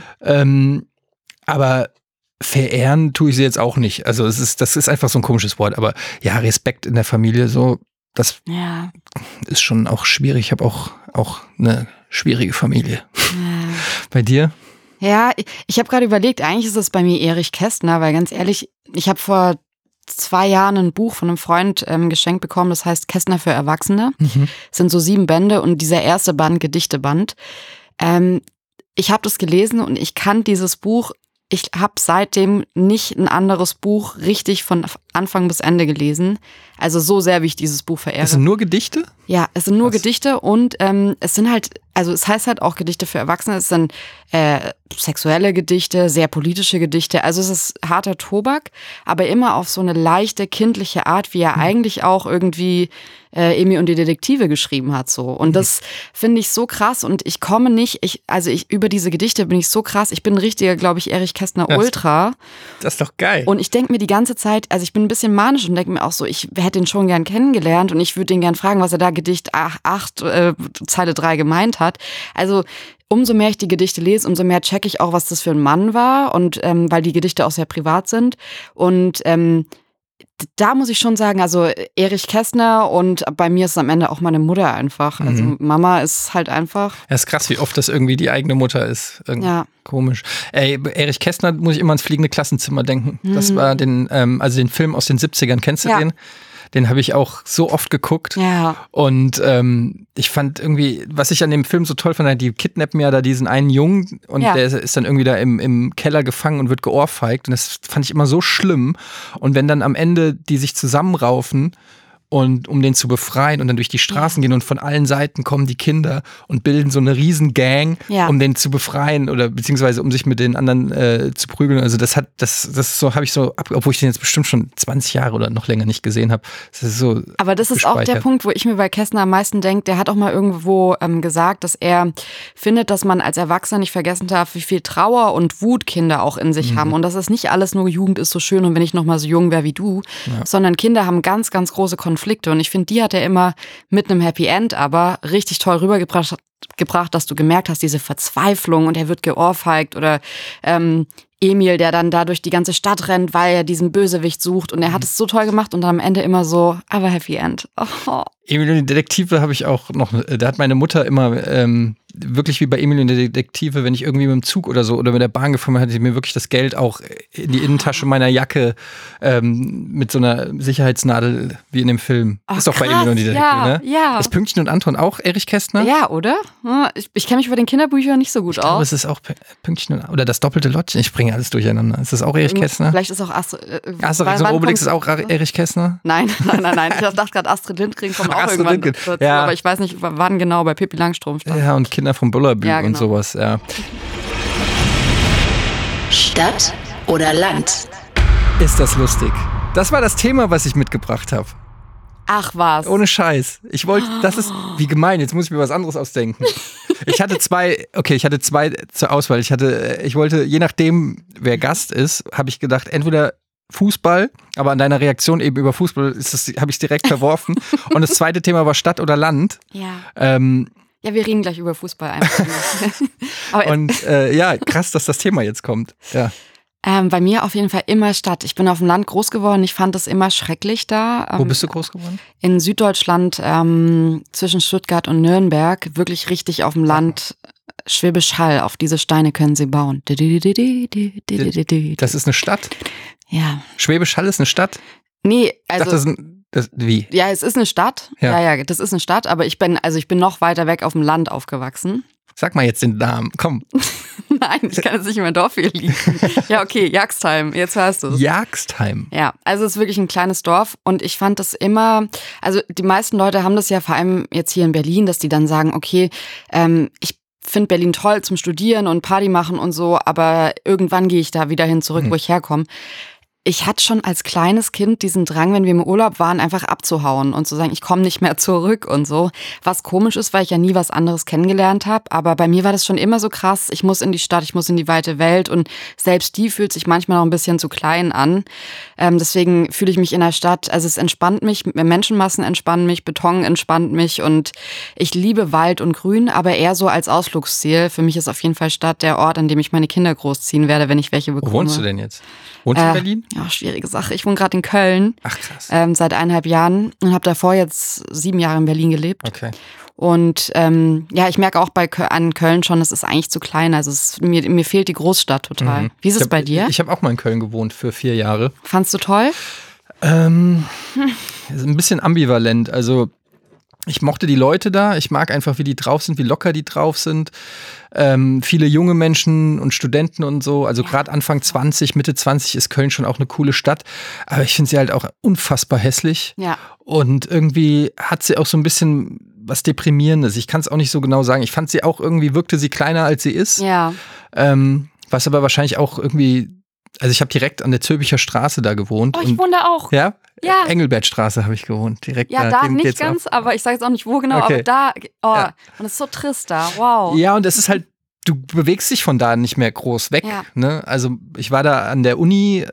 Aber verehren tue ich sie jetzt auch nicht. Also das ist einfach so ein komisches Wort. Aber ja, Respekt in der Familie, so das ist schon auch schwierig. Ich habe auch eine schwierige Familie. Bei dir? Ja, ich habe gerade überlegt, eigentlich ist es bei mir Erich Kästner, weil ganz ehrlich, ich habe vor 2 Jahren ein Buch von einem Freund geschenkt bekommen, das heißt Kästner für Erwachsene. Es sind so 7 Bände und dieser erste Band, Gedichteband. Ich habe das gelesen und ich kannte dieses Buch. Ich habe seitdem nicht ein anderes Buch richtig von Anfang bis Ende gelesen. Also so sehr, wie ich dieses Buch verehre. Es sind nur Gedichte? Ja, es sind nur Gedichte und es sind halt, also es heißt halt auch Gedichte für Erwachsene. Es sind sexuelle Gedichte, sehr politische Gedichte. Also es ist harter Tobak, aber immer auf so eine leichte, kindliche Art, wie er eigentlich auch irgendwie Emil und die Detektive geschrieben hat. So. Und das finde ich so krass und ich komme nicht, über diese Gedichte bin ich so krass. Ich bin ein richtiger, glaube ich, Erich Kästner Ultra. Das ist doch geil. Und ich denke mir die ganze Zeit, also ich bin ein bisschen manisch und denke mir auch so, ich hätte ihn schon gern kennengelernt und ich würde ihn gern fragen, was er da Gedicht 8, Zeile 3 gemeint hat. Also umso mehr ich die Gedichte lese, umso mehr checke ich auch, was das für ein Mann war und weil die Gedichte auch sehr privat sind und Da muss ich schon sagen, also Erich Kästner und bei mir ist es am Ende auch meine Mutter einfach. Also Mama ist halt einfach. Ja, ist krass, wie oft das irgendwie die eigene Mutter ist. Komisch. Erich Kästner muss ich immer ans Fliegende Klassenzimmer denken. Das war den Film aus den 70ern. Kennst du den? Den habe ich auch so oft geguckt. Ja. Und ich fand irgendwie, was ich an dem Film so toll fand, die kidnappen ja da diesen einen Jungen und der ist dann irgendwie da im Keller gefangen und wird geohrfeigt. Und das fand ich immer so schlimm. Und wenn dann am Ende die sich zusammenraufen und um den zu befreien und dann durch die Straßen gehen und von allen Seiten kommen die Kinder und bilden so eine riesen Gang, um den zu befreien oder beziehungsweise um sich mit den anderen zu prügeln. Also das habe ich so, obwohl ich den jetzt bestimmt schon 20 Jahre oder noch länger nicht gesehen habe. Aber das ist auch der Punkt, wo ich mir bei Kästner am meisten denke, der hat auch mal irgendwo gesagt, dass er findet, dass man als Erwachsener nicht vergessen darf, wie viel Trauer und Wut Kinder auch in sich haben und dass es nicht alles nur Jugend ist so schön und wenn ich noch mal so jung wäre wie du, sondern Kinder haben ganz, ganz große Konflikte und ich finde, die hat er immer mit einem Happy End aber richtig toll rübergebracht, dass du gemerkt hast, diese Verzweiflung und er wird geohrfeigt oder Emil, der dann da durch die ganze Stadt rennt, weil er diesen Bösewicht sucht und er hat es so toll gemacht und dann am Ende immer so, aber Happy End. Oh. Emil und die Detektive habe ich auch noch, da hat meine Mutter immer wirklich wie bei Emil und die Detektive, wenn ich irgendwie mit dem Zug oder so oder mit der Bahn gefahren bin, hatte ich mir wirklich das Geld auch in die Innentasche meiner Jacke mit so einer Sicherheitsnadel wie in dem Film. Oh, ist doch bei Emil und die Detektive, ne? Ja. Ist Pünktchen und Anton auch Erich Kästner? Ja, oder? Ich kenne mich über den Kinderbüchern nicht so gut aus. Ich glaube, es ist auch Pünktchen oder das doppelte Lottchen. Ich bringe alles durcheinander. Ist das auch Erich Kästner? Vielleicht ist auch Asterix und Obelix ist auch Erich Kästner? Nein. Ich dachte gerade, Astrid Lindgren kommt auch irgendwann dazu, aber ich weiß nicht, wann genau bei Pippi Langstrumpf. Ja, und Kinder vom Bullerbü und sowas, ja. Stadt oder Land? Ist das lustig? Das war das Thema, was ich mitgebracht habe. Ach was. Ohne Scheiß. Ich wollte, das ist, wie gemein, jetzt muss ich mir was anderes ausdenken. Ich hatte zwei zur Auswahl. Ich wollte, je nachdem, wer Gast ist, habe ich gedacht, entweder Fußball, aber an deiner Reaktion eben über Fußball habe ich es direkt verworfen. Und das zweite Thema war Stadt oder Land. Ja. Ja, wir reden gleich über Fußball einfach. Und krass, dass das Thema jetzt kommt. Ja. Bei mir auf jeden Fall immer Stadt. Ich bin auf dem Land groß geworden. Ich fand es immer schrecklich da. Wo bist du groß geworden? In Süddeutschland, zwischen Stuttgart und Nürnberg. Wirklich richtig auf dem Land. Schwäbisch Hall, auf diese Steine können sie bauen. Das ist eine Stadt? Ja. Schwäbisch Hall ist eine Stadt? Nee, also... wie? Ja, es ist eine Stadt. Ja, das ist eine Stadt, aber ich bin noch weiter weg auf dem Land aufgewachsen. Sag mal jetzt den Namen, komm. Nein, ich kann jetzt nicht in mein Dorf hier liegen. Ja, okay, Jagstheim, jetzt hörst du es. Jagstheim? Ja, also es ist wirklich ein kleines Dorf und ich fand das immer, also die meisten Leute haben das ja vor allem jetzt hier in Berlin, dass die dann sagen, okay, ich finde Berlin toll zum Studieren und Party machen und so, aber irgendwann gehe ich da wieder hin zurück, wo ich herkomme. Ich hatte schon als kleines Kind diesen Drang, wenn wir im Urlaub waren, einfach abzuhauen und zu sagen, ich komme nicht mehr zurück und so. Was komisch ist, weil ich ja nie was anderes kennengelernt habe. Aber bei mir war das schon immer so krass. Ich muss in die Stadt, ich muss in die weite Welt und selbst die fühlt sich manchmal noch ein bisschen zu klein an. Deswegen fühle ich mich in der Stadt, also es entspannt mich, Menschenmassen entspannen mich, Beton entspannt mich und ich liebe Wald und Grün, aber eher so als Ausflugsziel. Für mich ist auf jeden Fall Stadt der Ort, an dem ich meine Kinder großziehen werde, wenn ich welche bekomme. Wo wohnst du denn jetzt? Wohnst du in Berlin? Ja, schwierige Sache. Ich wohne gerade in Köln. Ach krass. Seit 1,5 Jahren und habe davor jetzt 7 Jahre in Berlin gelebt. Okay. Und ich merke auch an Köln schon, es ist eigentlich zu klein. Also mir fehlt die Großstadt total. Wie ist es bei dir? Ich habe auch mal in Köln gewohnt für 4 Jahre. Fandst du toll? Ein bisschen ambivalent. Also ich mochte die Leute da. Ich mag einfach, wie die drauf sind, wie locker die drauf sind. Viele junge Menschen und Studenten und so. Also gerade Anfang 20, Mitte 20 ist Köln schon auch eine coole Stadt. Aber ich finde sie halt auch unfassbar hässlich. Ja. Und irgendwie hat sie auch so ein bisschen was Deprimierendes. Ich kann es auch nicht so genau sagen. Ich fand sie auch irgendwie, wirkte sie kleiner, als sie ist. Ja. Was aber wahrscheinlich auch irgendwie, also ich habe direkt an der Zülpicher Straße da gewohnt. Oh, ich wohne da auch. Ja? Ja. Engelbertstraße habe ich gewohnt. Direkt da nicht ganz, aber ich sage jetzt auch nicht wo genau, okay. Aber da, und es ist so trist da, wow. Ja, und es ist halt, du bewegst dich von da nicht mehr groß weg. Ja. Ne? Also ich war da an der Uni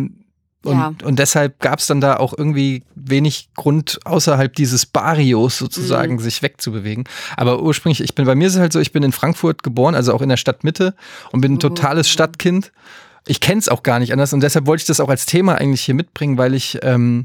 und deshalb gab es dann da auch irgendwie wenig Grund, außerhalb dieses Barrios sozusagen sich wegzubewegen. Aber ursprünglich, bei mir ist es halt so, ich bin in Frankfurt geboren, also auch in der Stadtmitte und bin ein totales Stadtkind. Ich kenne es auch gar nicht anders und deshalb wollte ich das auch als Thema eigentlich hier mitbringen, weil ich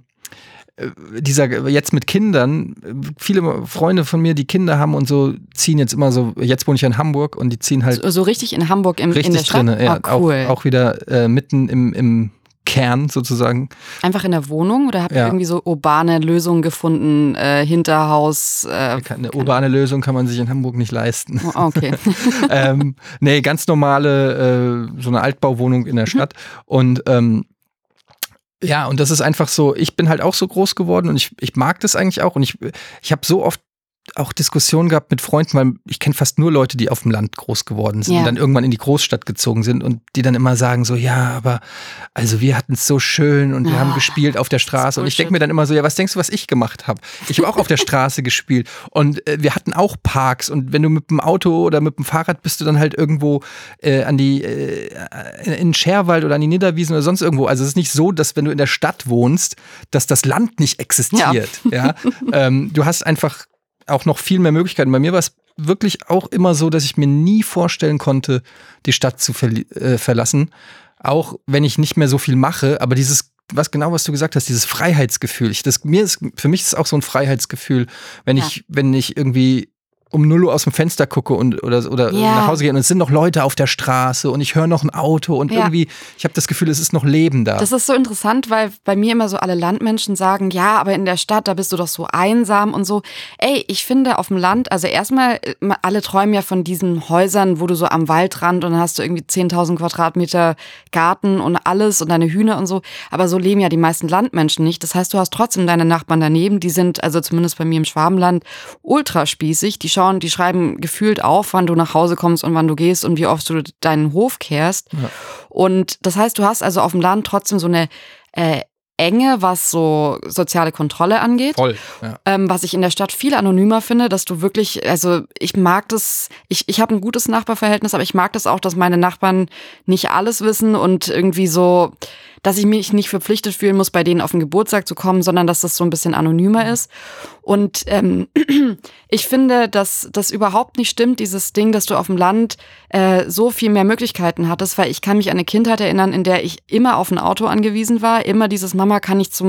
jetzt mit Kindern, viele Freunde von mir, die Kinder haben und so, ziehen jetzt immer so, jetzt wohne ich in Hamburg und die ziehen halt so richtig in Hamburg in der Stadt? Drinne, ja, cool. auch wieder mitten im Kern sozusagen. Einfach in der Wohnung oder habt ihr irgendwie so urbane Lösungen gefunden, Hinterhaus? Eine urbane Lösung kann man sich in Hamburg nicht leisten. Oh, okay. Nee, ganz normale, so eine Altbauwohnung in der Stadt und ja, und das ist einfach so, ich bin halt auch so groß geworden und ich mag das eigentlich auch und ich habe so oft auch Diskussionen gehabt mit Freunden, weil ich kenne fast nur Leute, die auf dem Land groß geworden sind und dann irgendwann in die Großstadt gezogen sind und die dann immer sagen so, ja, aber also wir hatten es so schön und wir haben gespielt auf der Straße und ich denke mir dann immer so, ja, was denkst du, was ich gemacht habe? Ich habe auch auf der Straße gespielt und wir hatten auch Parks und wenn du mit dem Auto oder mit dem Fahrrad bist du dann halt irgendwo in Scherwald oder an die Niederwiesen oder sonst irgendwo. Also es ist nicht so, dass wenn du in der Stadt wohnst, dass das Land nicht existiert. Ja. Du hast einfach auch noch viel mehr Möglichkeiten. Bei mir war es wirklich auch immer so, dass ich mir nie vorstellen konnte, die Stadt zu verlassen. Auch wenn ich nicht mehr so viel mache, aber dieses, was du gesagt hast, dieses Freiheitsgefühl. Für mich ist es auch so ein Freiheitsgefühl, wenn ich irgendwie um 0 Uhr aus dem Fenster gucke oder nach Hause gehe und es sind noch Leute auf der Straße und ich höre noch ein Auto und irgendwie, ich habe das Gefühl, es ist noch Leben da. Das ist so interessant, weil bei mir immer so alle Landmenschen sagen, ja, aber in der Stadt, da bist du doch so einsam und so. Ey, ich finde auf dem Land, also erstmal, alle träumen ja von diesen Häusern, wo du so am Waldrand und dann hast du irgendwie 10.000 Quadratmeter Garten und alles und deine Hühner und so. Aber so leben ja die meisten Landmenschen nicht. Das heißt, du hast trotzdem deine Nachbarn daneben, die sind, also zumindest bei mir im Schwabenland, ultra spießig. Die schreiben gefühlt auf, wann du nach Hause kommst und wann du gehst und wie oft du deinen Hof kehrst. Ja. Und das heißt, du hast also auf dem Land trotzdem so eine Enge, was so soziale Kontrolle angeht. Voll, ja. Was ich in der Stadt viel anonymer finde, dass du wirklich, also ich mag das, ich habe ein gutes Nachbarverhältnis, aber ich mag das auch, dass meine Nachbarn nicht alles wissen und irgendwie so, dass ich mich nicht verpflichtet fühlen muss, bei denen auf den Geburtstag zu kommen, sondern dass das so ein bisschen anonymer ist. Und ich finde, dass das überhaupt nicht stimmt, dieses Ding, dass du auf dem Land so viel mehr Möglichkeiten hattest, weil ich kann mich an eine Kindheit erinnern, in der ich immer auf ein Auto angewiesen war, immer dieses Mama, kannst du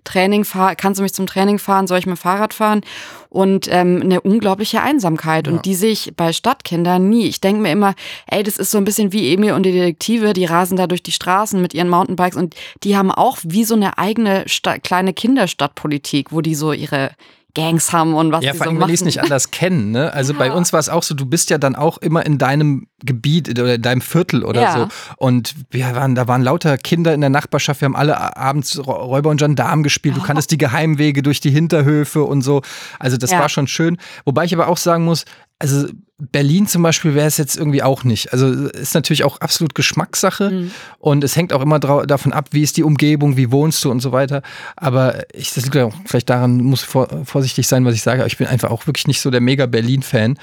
mich zum Training fahren, soll ich mit dem Fahrrad fahren? Und eine unglaubliche Einsamkeit. Ja. Und die sehe ich bei Stadtkindern nie. Ich denke mir immer, ey, das ist so ein bisschen wie Emil und die Detektive, die rasen da durch die Straßen mit ihren Mountainbikes und die haben auch wie so eine eigene kleine Kinderstadtpolitik, wo die so ihre Gangs haben und was die so machen. Ja, vor allem, wenn die es nicht anders kennen. Ne? Also bei uns war es auch so, du bist ja dann auch immer in deinem Gebiet oder in deinem Viertel oder so. Und da waren lauter Kinder in der Nachbarschaft. Wir haben alle abends Räuber und Gendarm gespielt. Du kanntest die Geheimwege durch die Hinterhöfe und so. Also das war schon schön. Wobei ich aber auch sagen muss, also Berlin zum Beispiel wäre es jetzt irgendwie auch nicht. Also ist natürlich auch absolut Geschmackssache und es hängt auch immer davon ab, wie ist die Umgebung, wie wohnst du und so weiter. Aber das liegt auch vielleicht daran, muss vorsichtig sein, was ich sage, aber ich bin einfach auch wirklich nicht so der mega Berlin-Fan.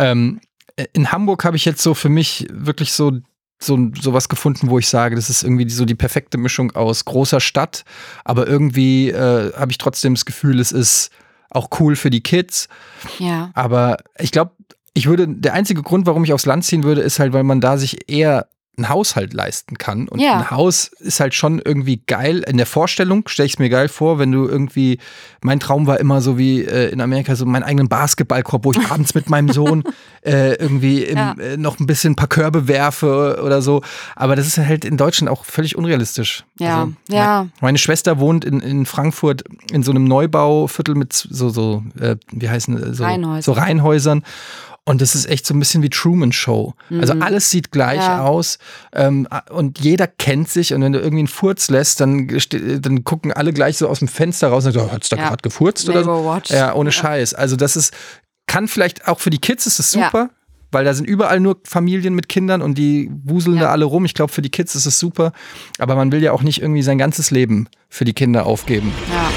In Hamburg habe ich jetzt so für mich wirklich so was gefunden, wo ich sage, das ist irgendwie so die perfekte Mischung aus großer Stadt, aber irgendwie habe ich trotzdem das Gefühl, es ist auch cool für die Kids. Ja. Aber ich glaube, der einzige Grund, warum ich aufs Land ziehen würde, ist halt, weil man da sich eher ein Haushalt leisten kann. Und ein Haus ist halt schon irgendwie geil. In der Vorstellung stelle ich es mir geil vor, wenn du irgendwie, mein Traum war immer so wie in Amerika, so meinen eigenen Basketballkorb, wo ich abends mit meinem Sohn irgendwie noch ein paar Körbe werfe oder so. Aber das ist halt in Deutschland auch völlig unrealistisch. Ja, also, meine Schwester wohnt in Frankfurt in so einem Neubauviertel mit wie heißen so Reihenhäusern. Und das ist echt so ein bisschen wie Truman Show. Also alles sieht gleich aus und jeder kennt sich. Und wenn du irgendwie einen Furz lässt, dann gucken alle gleich so aus dem Fenster raus und sagen, hat's da gerade gefurzt oder so? Watch. Ja, ohne Scheiß. Also kann vielleicht auch für die Kids ist es super, weil da sind überall nur Familien mit Kindern und die wuseln da alle rum. Ich glaube, für die Kids ist es super. Aber man will ja auch nicht irgendwie sein ganzes Leben für die Kinder aufgeben. Ja.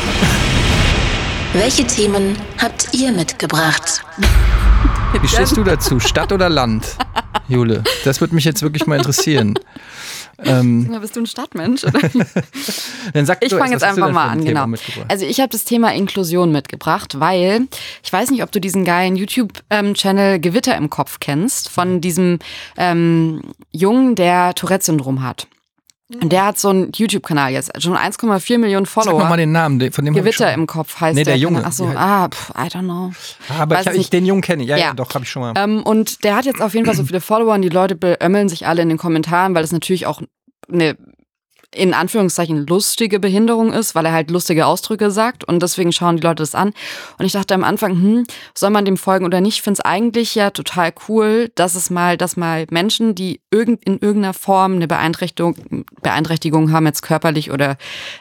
Welche Themen habt ihr mitgebracht? Wie stehst du dazu? Stadt oder Land, Jule? Das würde mich jetzt wirklich mal interessieren. Bist du ein Stadtmensch? Oder? Dann ich fange jetzt einfach mal an, genau. Also ich habe das Thema Inklusion mitgebracht, weil ich weiß nicht, ob du diesen geilen YouTube-Channel Gewitter im Kopf kennst, von diesem Jungen, der Tourette-Syndrom hat. Und der hat so einen YouTube-Kanal jetzt, schon 1,4 Millionen Follower. Sag mal den Namen, von dem Gewitter im Kopf heißt der Junge. Achso, I don't know. Aber den Jungen kenne ich. Ja, doch, habe ich schon mal. Und der hat jetzt auf jeden Fall so viele Follower und die Leute beömmeln sich alle in den Kommentaren, weil das natürlich auch eine in Anführungszeichen lustige Behinderung ist, weil er halt lustige Ausdrücke sagt und deswegen schauen die Leute das an. Und ich dachte am Anfang, soll man dem folgen oder nicht? Ich finde es eigentlich ja total cool, dass mal Menschen, die in irgendeiner Form eine Beeinträchtigung haben, jetzt körperlich oder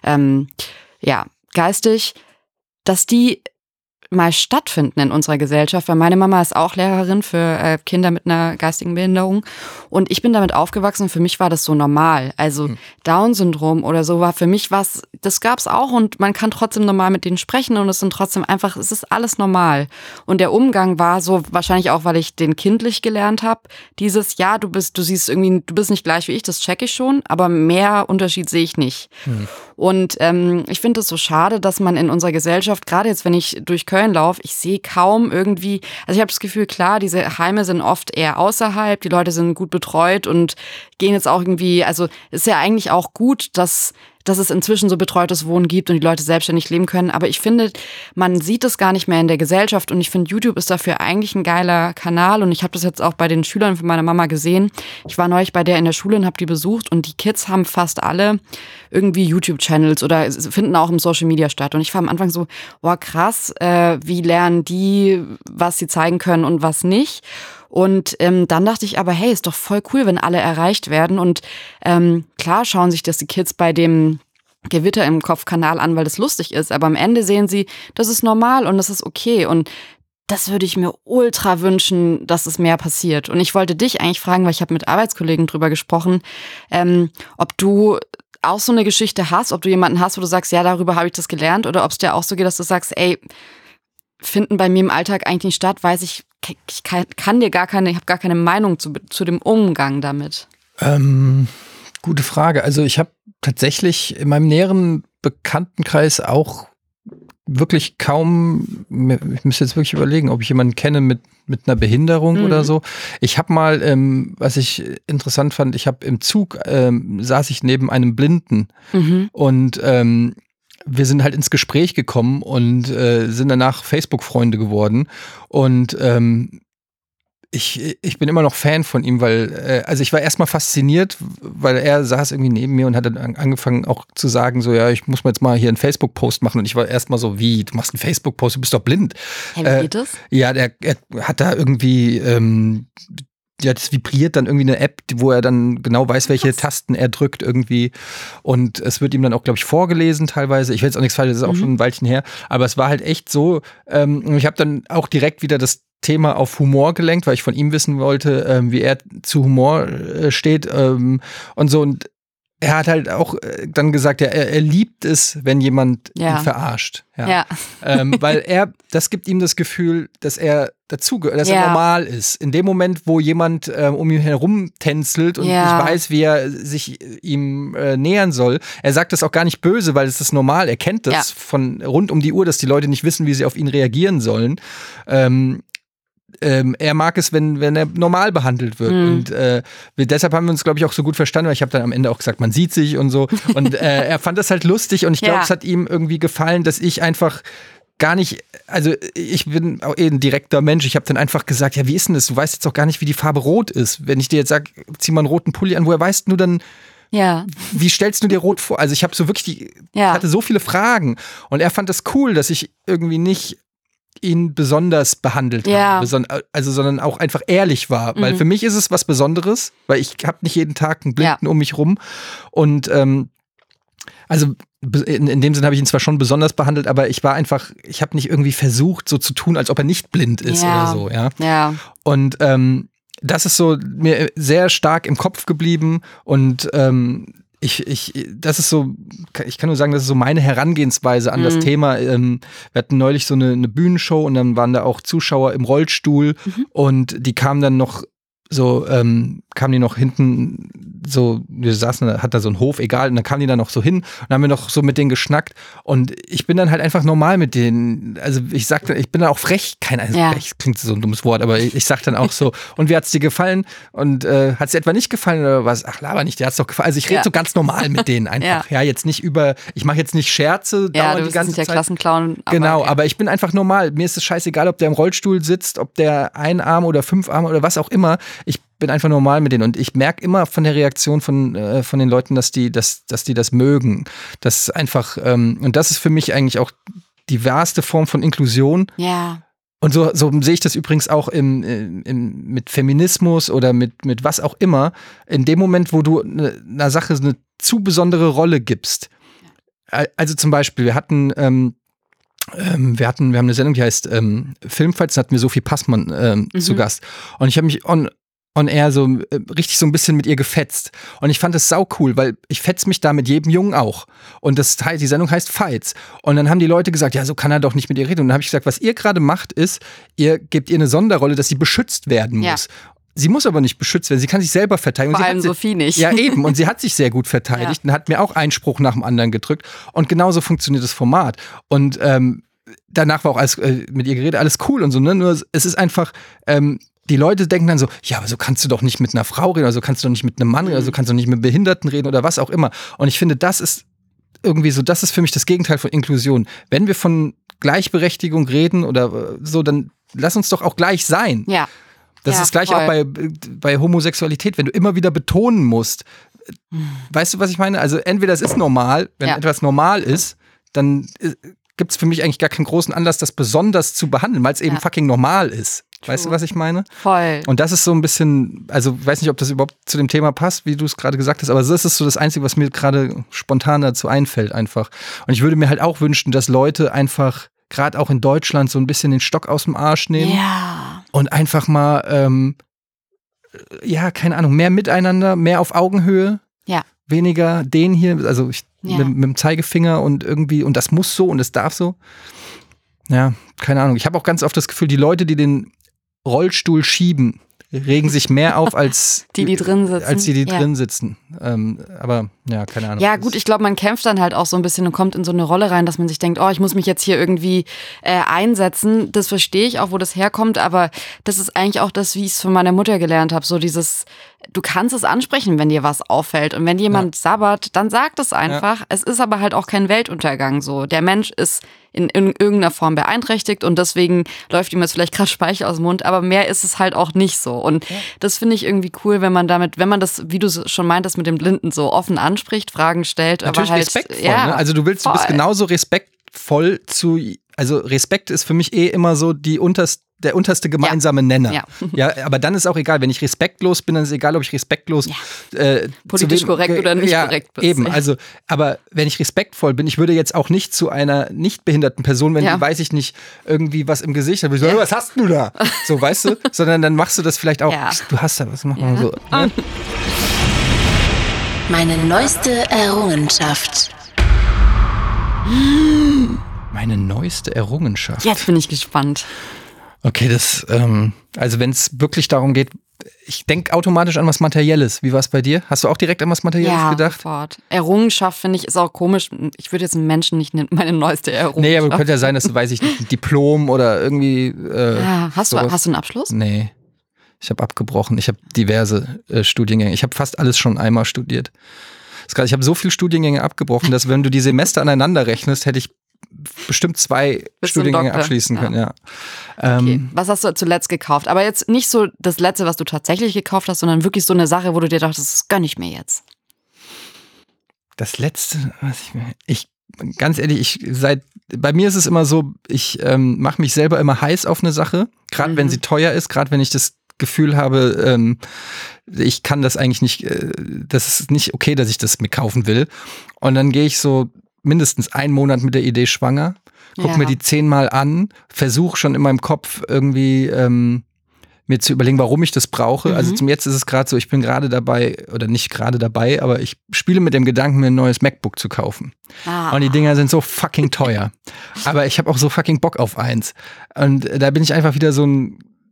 geistig, dass die mal stattfinden in unserer Gesellschaft, weil meine Mama ist auch Lehrerin für Kinder mit einer geistigen Behinderung und ich bin damit aufgewachsen, für mich war das so normal, also Down-Syndrom oder so war für mich das gab's auch und man kann trotzdem normal mit denen sprechen und es ist alles normal und der Umgang war so, wahrscheinlich auch, weil ich den kindlich gelernt habe, dieses, ja, du bist nicht gleich wie ich, das check ich schon, aber mehr Unterschied sehe ich nicht. Und ich finde es so schade, dass man in unserer Gesellschaft, gerade jetzt, wenn ich durch Köln laufe, ich sehe kaum irgendwie, also ich habe das Gefühl, klar, diese Heime sind oft eher außerhalb, die Leute sind gut betreut und gehen jetzt auch irgendwie, also ist ja eigentlich auch gut, dass es inzwischen so betreutes Wohnen gibt und die Leute selbstständig leben können. Aber ich finde, man sieht es gar nicht mehr in der Gesellschaft und ich finde, YouTube ist dafür eigentlich ein geiler Kanal und ich habe das jetzt auch bei den Schülern von meiner Mama gesehen. Ich war neulich bei der in der Schule und habe die besucht und die Kids haben fast alle irgendwie YouTube-Channels oder finden auch im Social Media statt. Und ich war am Anfang so, boah krass, wie lernen die, was sie zeigen können und was nicht. Und dann dachte ich aber, hey, ist doch voll cool, wenn alle erreicht werden. Und klar schauen sich das die Kids bei dem Gewitter im Kopf-Kanal an, weil das lustig ist. Aber am Ende sehen sie, das ist normal und das ist okay. Und das würde ich mir ultra wünschen, dass es mehr passiert. Und ich wollte dich eigentlich fragen, weil ich habe mit Arbeitskollegen drüber gesprochen, ob du auch so eine Geschichte hast, ob du jemanden hast, wo du sagst, ja, darüber habe ich das gelernt. Oder ob es dir auch so geht, dass du sagst, ey, finden bei mir im Alltag eigentlich nicht statt, weiß ich habe gar keine Meinung zu dem Umgang damit. Gute Frage. Also ich habe tatsächlich in meinem näheren Bekanntenkreis auch wirklich kaum, ich müsste jetzt wirklich überlegen, ob ich jemanden kenne mit einer Behinderung oder so. Ich habe mal, was ich interessant fand, ich habe im Zug, saß ich neben einem Blinden und wir sind halt ins Gespräch gekommen und sind danach Facebook-Freunde geworden. Und ich bin immer noch Fan von ihm, weil, also ich war erstmal fasziniert, weil er saß irgendwie neben mir und hat dann angefangen auch zu sagen, so, ja, ich muss mal jetzt mal hier einen Facebook-Post machen. Und ich war erstmal so, wie, du machst einen Facebook-Post, du bist doch blind. Wie geht das? Ja, er hat da irgendwie das vibriert dann irgendwie eine App, wo er dann genau weiß, welche Tasten er drückt irgendwie. Und es wird ihm dann auch, glaube ich, vorgelesen teilweise. Ich will jetzt auch nichts falsch, das ist auch schon ein Weilchen her. Aber es war halt echt so, ich habe dann auch direkt wieder das Thema auf Humor gelenkt, weil ich von ihm wissen wollte, wie er zu Humor steht und so. Und er hat halt auch dann gesagt, ja, er liebt es, wenn jemand ihn verarscht. Ja. Weil das gibt ihm das Gefühl, dass er dazugehört, dass er normal ist. In dem Moment, wo jemand um ihn herum tänzelt und nicht weiß, wie er sich ihm nähern soll. Er sagt das auch gar nicht böse, weil es ist normal. Er kennt das von rund um die Uhr, dass die Leute nicht wissen, wie sie auf ihn reagieren sollen. Er mag es, wenn er normal behandelt wird. Und deshalb haben wir uns, glaube ich, auch so gut verstanden, weil ich habe dann am Ende auch gesagt, man sieht sich und so. Und er fand das halt lustig und ich glaube, es hat ihm irgendwie gefallen, dass ich einfach gar nicht, also ich bin auch ein direkter Mensch, ich habe dann einfach gesagt, ja, wie ist denn das? Du weißt jetzt auch gar nicht, wie die Farbe rot ist. Wenn ich dir jetzt sage, zieh mal einen roten Pulli an, woher weißt du dann, wie stellst du dir rot vor? Also ich habe so wirklich, hatte so viele Fragen und er fand das cool, dass ich irgendwie nicht ihn besonders behandelt habe, sondern auch einfach ehrlich war, weil für mich ist es was Besonderes, weil ich habe nicht jeden Tag einen Blinden um mich rum und also in dem Sinne habe ich ihn zwar schon besonders behandelt, aber ich habe nicht irgendwie versucht, so zu tun, als ob er nicht blind ist oder so, ja. Und das ist so mir sehr stark im Kopf geblieben und das ist so, ich kann nur sagen, das ist so meine Herangehensweise an das Thema. Wir hatten neulich so eine Bühnenshow und dann waren da auch Zuschauer im Rollstuhl und die kamen dann noch so, kamen die noch hinten so, wir saßen, hat da so einen Hof, egal, und dann kamen die da noch so hin und haben wir noch so mit denen geschnackt und ich bin dann halt einfach normal mit denen, also ich bin dann auch frech, frech klingt so ein dummes Wort, aber ich sag dann auch so, und wie hat's dir gefallen und hat es dir etwa nicht gefallen oder was? Ach, laber nicht, dir hat's doch gefallen. Also ich rede so ganz normal mit denen einfach, jetzt nicht ich mache jetzt nicht Scherze, dauernd die ganze Zeit. Der Klassenclown. Genau, aber ich bin einfach normal, mir ist es scheißegal, ob der im Rollstuhl sitzt, ob der ein Arm oder 5 Arme oder was auch immer, ich bin einfach normal mit denen und ich merke immer von der Reaktion von den Leuten, dass die das mögen. Das einfach, und das ist für mich eigentlich auch die wahrste Form von Inklusion. Ja. Und so sehe ich das übrigens auch mit Feminismus oder mit was auch immer. In dem Moment, wo du einer Sache eine zu besondere Rolle gibst. Also zum Beispiel, wir haben eine Sendung, die heißt Filmfights, da hatten wir Sophie Passmann zu Gast. Und ich habe mich on air so richtig so ein bisschen mit ihr gefetzt. Und ich fand das sau cool, weil ich fetz mich da mit jedem Jungen auch. Und die Sendung heißt Fights. Und dann haben die Leute gesagt, ja, so kann er doch nicht mit ihr reden. Und dann habe ich gesagt, was ihr gerade macht, ist, ihr gebt ihr eine Sonderrolle, dass sie beschützt werden muss. Ja. Sie muss aber nicht beschützt werden, sie kann sich selber verteidigen. Vor allem Sophie nicht. Ja, eben. Und sie hat sich sehr gut verteidigt und hat mir auch einen Spruch nach dem anderen gedrückt. Und genauso funktioniert das Format. Und danach war auch alles mit ihr geredet, alles cool und so. Ne? Nur es ist einfach, die Leute denken dann so, ja, aber so kannst du doch nicht mit einer Frau reden, oder so kannst du doch nicht mit einem Mann reden, oder so kannst du nicht mit Behinderten reden oder was auch immer. Und ich finde, das ist irgendwie so, das ist für mich das Gegenteil von Inklusion. Wenn wir von Gleichberechtigung reden oder so, dann lass uns doch auch gleich sein. Ja. Das ist gleich voll. Auch bei Homosexualität, wenn du immer wieder betonen musst. Weißt du, was ich meine? Also entweder es ist normal, wenn etwas normal ist, dann gibt es für mich eigentlich gar keinen großen Anlass, das besonders zu behandeln, weil es eben fucking normal ist. True. Weißt du, was ich meine? Voll. Und das ist so ein bisschen, also ich weiß nicht, ob das überhaupt zu dem Thema passt, wie du es gerade gesagt hast, aber das ist so das Einzige, was mir gerade spontan dazu einfällt einfach. Und ich würde mir halt auch wünschen, dass Leute einfach, gerade auch in Deutschland, so ein bisschen den Stock aus dem Arsch nehmen. Ja. Und einfach mal, keine Ahnung, mehr miteinander, mehr auf Augenhöhe. Ja. Weniger den hier, also mit dem Zeigefinger und irgendwie, und das muss so und das darf so. Ja, keine Ahnung. Ich habe auch ganz oft das Gefühl, die Leute, die den Rollstuhl schieben, regen sich mehr auf als die drin sitzen. Als die drin sitzen. Aber ja, keine Ahnung. Ja gut, ich glaube, man kämpft dann halt auch so ein bisschen und kommt in so eine Rolle rein, dass man sich denkt, oh, ich muss mich jetzt hier irgendwie einsetzen. Das verstehe ich auch, wo das herkommt, aber das ist eigentlich auch das, wie ich es von meiner Mutter gelernt habe. So dieses, du kannst es ansprechen, wenn dir was auffällt. Und wenn jemand sabbert, dann sag das einfach. Ja. Es ist aber halt auch kein Weltuntergang so. Der Mensch ist in irgendeiner Form beeinträchtigt und deswegen läuft ihm jetzt vielleicht gerade Speichel aus dem Mund, aber mehr ist es halt auch nicht so. Und das finde ich irgendwie cool, wenn man das, wie du schon meintest, mit dem Blinden so offen anspricht, Fragen stellt. Natürlich aber halt, respektvoll. Ne? Also du bist genauso respektvoll also Respekt ist für mich immer so der unterste gemeinsame Nenner. Ja, aber dann ist auch egal, wenn ich respektlos bin, dann ist es egal, ob ich respektlos politisch korrekt oder nicht korrekt bist. Eben, also, aber wenn ich respektvoll bin, ich würde jetzt auch nicht zu einer nicht behinderten Person, wenn die, weiß ich nicht, irgendwie was im Gesicht hat, so, was hast du da? So, weißt du? Sondern dann machst du das vielleicht auch, du hast da was, mach mal so. Ne? Meine neueste Errungenschaft. Meine neueste Errungenschaft. Jetzt bin ich gespannt. Okay, also wenn es wirklich darum geht, ich denke automatisch an was Materielles. Wie war es bei dir? Hast du auch direkt an was Materielles gedacht? Ja, sofort. Errungenschaft, finde ich, ist auch komisch. Ich würde jetzt einen Menschen nicht nennen, meine neueste Errungenschaft. Nee, aber könnte ja sein, dass du, weiß ich nicht, ein Diplom oder irgendwie Hast du einen Abschluss? Nee, ich habe abgebrochen. Ich habe diverse Studiengänge. Ich habe fast alles schon einmal studiert. Ich habe so viele Studiengänge abgebrochen, dass wenn du die Semester aneinander rechnest, hätte ich bestimmt 2 Studiengänge abschließen können, ja. Okay. Was hast du zuletzt gekauft? Aber jetzt nicht so das Letzte, was du tatsächlich gekauft hast, sondern wirklich so eine Sache, wo du dir dachtest, das gönn ich mir jetzt. Das Letzte, was ganz ehrlich, bei mir ist es immer so, ich mache mich selber immer heiß auf eine Sache, gerade wenn sie teuer ist, gerade wenn ich das Gefühl habe, ich kann das eigentlich nicht, das ist nicht okay, dass ich das mir kaufen will. Und dann gehe ich so mindestens einen Monat mit der Idee schwanger, guck mir die 10-mal an, versuche schon in meinem Kopf irgendwie mir zu überlegen, warum ich das brauche. Also zum jetzt ist es gerade so, ich bin gerade dabei, oder nicht gerade dabei, aber ich spiele mit dem Gedanken, mir ein neues MacBook zu kaufen. Und die Dinger sind so fucking teuer. Aber ich habe auch so fucking Bock auf eins. Und da bin ich einfach wieder so ein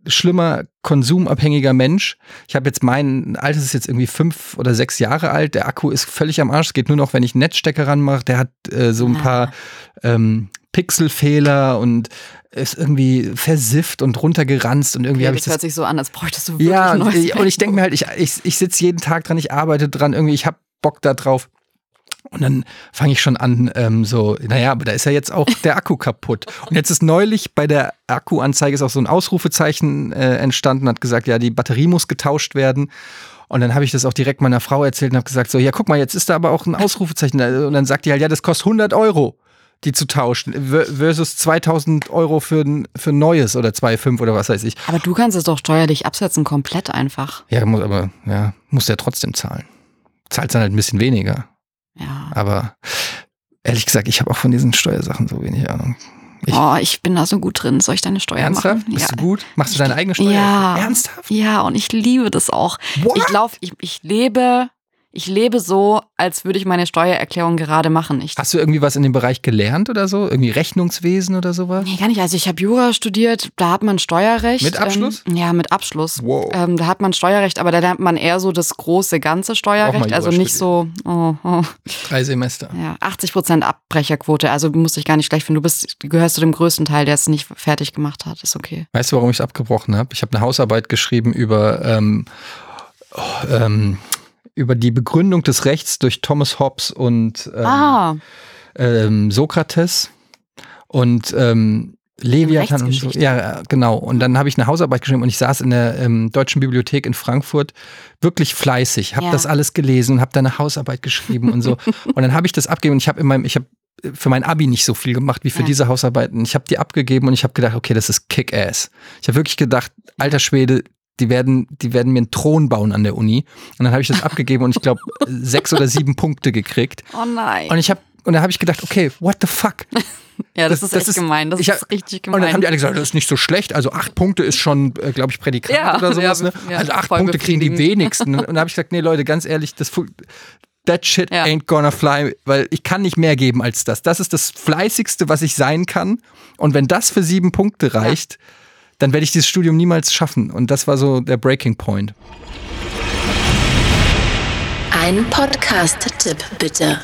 schlimmer konsumabhängiger Mensch. Ich habe jetzt mein altes ist jetzt irgendwie 5 oder 6 Jahre alt. Der Akku ist völlig am Arsch. Es geht nur noch, wenn ich einen Netzstecker ranmache. Der hat so ein paar Pixelfehler und ist irgendwie versifft und runtergeranzt und irgendwie habe ich das hört sich so an, als bräuchtest du wirklich ja, neues und ich denke mir halt, ich sitze jeden Tag dran, ich arbeite dran, irgendwie, ich habe Bock da drauf. Und dann fange ich schon an, aber da ist ja jetzt auch der Akku kaputt. Und jetzt ist neulich bei der Akkuanzeige ist auch so ein Ausrufezeichen entstanden, hat gesagt, ja, die Batterie muss getauscht werden. Und dann habe ich das auch direkt meiner Frau erzählt und habe gesagt, so, ja, guck mal, jetzt ist da aber auch ein Ausrufezeichen. Und dann sagt die halt, ja, das kostet 100 €, die zu tauschen, versus 2.000 € für ein neues oder 2,5 oder was weiß ich. Aber du kannst es doch steuerlich absetzen, komplett einfach. Ja, muss ja trotzdem zahlen. Zahlt dann halt ein bisschen weniger. Ja. Aber ehrlich gesagt, ich habe auch von diesen Steuersachen so wenig Ahnung. Ich bin da so gut drin. Soll ich deine Steuer Ernsthaft? machen? Bist du gut? Machst du deine eigene Steuer? Ja. Ernsthaft? Ja, und ich liebe das auch. What? Ich lebe so, als würde ich meine Steuererklärung gerade machen. Hast du irgendwie was in dem Bereich gelernt oder so? Irgendwie Rechnungswesen oder sowas? Nee, gar nicht. Also ich habe Jura studiert, da hat man Steuerrecht. Mit Abschluss? Ja, mit Abschluss. Wow. Da hat man Steuerrecht, aber da lernt man eher so das große, ganze Steuerrecht. Also nicht so 3 Semester. Ja, 80% Abbrecherquote. Also du musst dich gar nicht schlecht finden. Du gehörst zu dem größten Teil, der es nicht fertig gemacht hat. Ist okay. Weißt du, warum ich es abgebrochen habe? Ich habe eine Hausarbeit geschrieben über die Begründung des Rechts durch Thomas Hobbes und Sokrates und Leviathan und so. Ja, genau. Und dann habe ich eine Hausarbeit geschrieben und ich saß in der Deutschen Bibliothek in Frankfurt wirklich fleißig, habe das alles gelesen und habe da eine Hausarbeit geschrieben und so. Und dann habe ich das abgegeben und ich habe für mein Abi nicht so viel gemacht wie für diese Hausarbeiten. Ich habe die abgegeben und ich habe gedacht, okay, das ist Kick-Ass. Ich habe wirklich gedacht, alter Schwede, die werden mir einen Thron bauen an der Uni. Und dann habe ich das abgegeben und ich glaube 6 oder 7 Punkte gekriegt. Oh nein. Und da habe ich gedacht, okay, what the fuck? Ja, das ist echt gemein. Das ist richtig gemein. Und dann haben die alle gesagt, das ist nicht so schlecht. Also 8 Punkte ist schon, glaube ich, Prädikat oder sowas. Ne? Also 8 Punkte kriegen die wenigsten. Und da habe ich gesagt, nee, Leute, ganz ehrlich, that shit ain't gonna fly, weil ich kann nicht mehr geben als das. Das ist das Fleißigste, was ich sein kann. Und wenn das für 7 Punkte reicht, dann werde ich dieses Studium niemals schaffen. Und das war so der Breaking Point. Ein Podcast-Tipp bitte.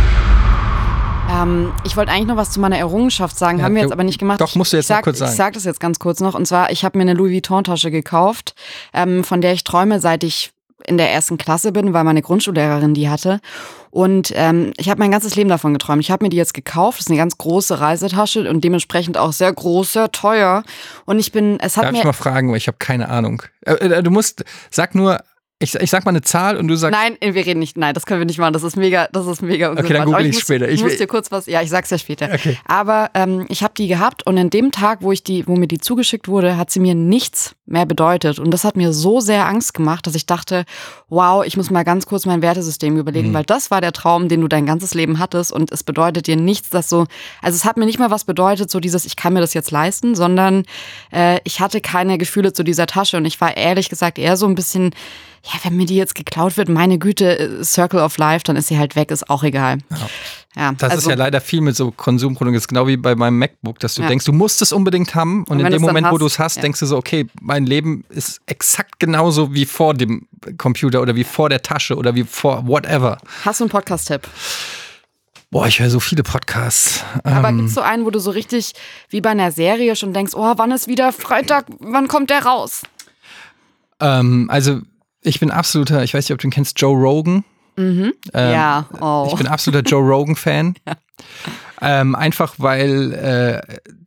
Ich wollte eigentlich noch was zu meiner Errungenschaft sagen, haben wir jetzt aber nicht gemacht. Doch, musst du jetzt noch kurz sagen. Ich sage das jetzt ganz kurz noch. Und zwar, ich habe mir eine Louis Vuitton-Tasche gekauft, von der ich träume, seit ich in der 1. Klasse bin, weil meine Grundschullehrerin die hatte. Und ich habe mein ganzes Leben davon geträumt. Ich habe mir die jetzt gekauft. Das ist eine ganz große Reisetasche und dementsprechend auch sehr groß, sehr teuer. Und Darf ich mal fragen, weil ich habe keine Ahnung. Sag nur, ich sag mal eine Zahl und du sagst... Nein, wir reden nicht. Nein, das können wir nicht machen. Das ist mega Okay, dann google ich später. Ich muss dir kurz was... Ja, ich sag's ja später. Okay. Aber ich habe die gehabt und an dem Tag, wo mir die zugeschickt wurde, hat sie mir nichts mehr bedeutet. Und das hat mir so sehr Angst gemacht, dass ich dachte, wow, ich muss mal ganz kurz mein Wertesystem überlegen, weil das war der Traum, den du dein ganzes Leben hattest und es bedeutet dir nichts, dass so... Also es hat mir nicht mal was bedeutet, so dieses, ich kann mir das jetzt leisten, sondern ich hatte keine Gefühle zu dieser Tasche und ich war ehrlich gesagt eher so ein bisschen... Ja, wenn mir die jetzt geklaut wird, meine Güte, Circle of Life, dann ist sie halt weg, ist auch egal. Ja, das ist ja leider viel mit so Konsumprodukten. Das ist genau wie bei meinem MacBook, dass du denkst, du musst es unbedingt haben und in dem Moment, wo du es hast, denkst du so, okay, mein Leben ist exakt genauso wie vor dem Computer oder wie vor der Tasche oder wie vor whatever. Hast du einen Podcast-Tipp? Boah, ich höre so viele Podcasts. Aber gibt's so einen, wo du so richtig wie bei einer Serie schon denkst, oh, wann ist wieder Freitag, wann kommt der raus? Also ich bin absoluter, ich weiß nicht, ob du ihn kennst, Joe Rogan. Mhm. Ich bin absoluter Joe Rogan-Fan. Einfach weil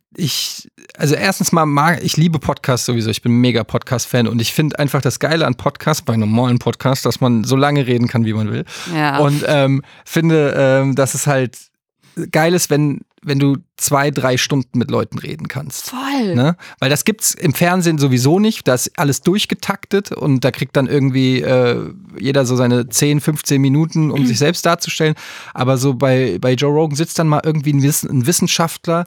erstens mal ich liebe Podcasts sowieso, ich bin ein mega Podcast-Fan und ich finde einfach das Geile an Podcasts, bei normalen Podcasts, dass man so lange reden kann, wie man will. Ja. Und finde, dass es halt geil ist, wenn du 2-3 Stunden mit Leuten reden kannst. Voll. Ne? Weil das gibt's im Fernsehen sowieso nicht. Da ist alles durchgetaktet und da kriegt dann irgendwie jeder so seine 10-15 Minuten, um sich selbst darzustellen. Aber so bei Joe Rogan sitzt dann mal irgendwie ein Wissenschaftler,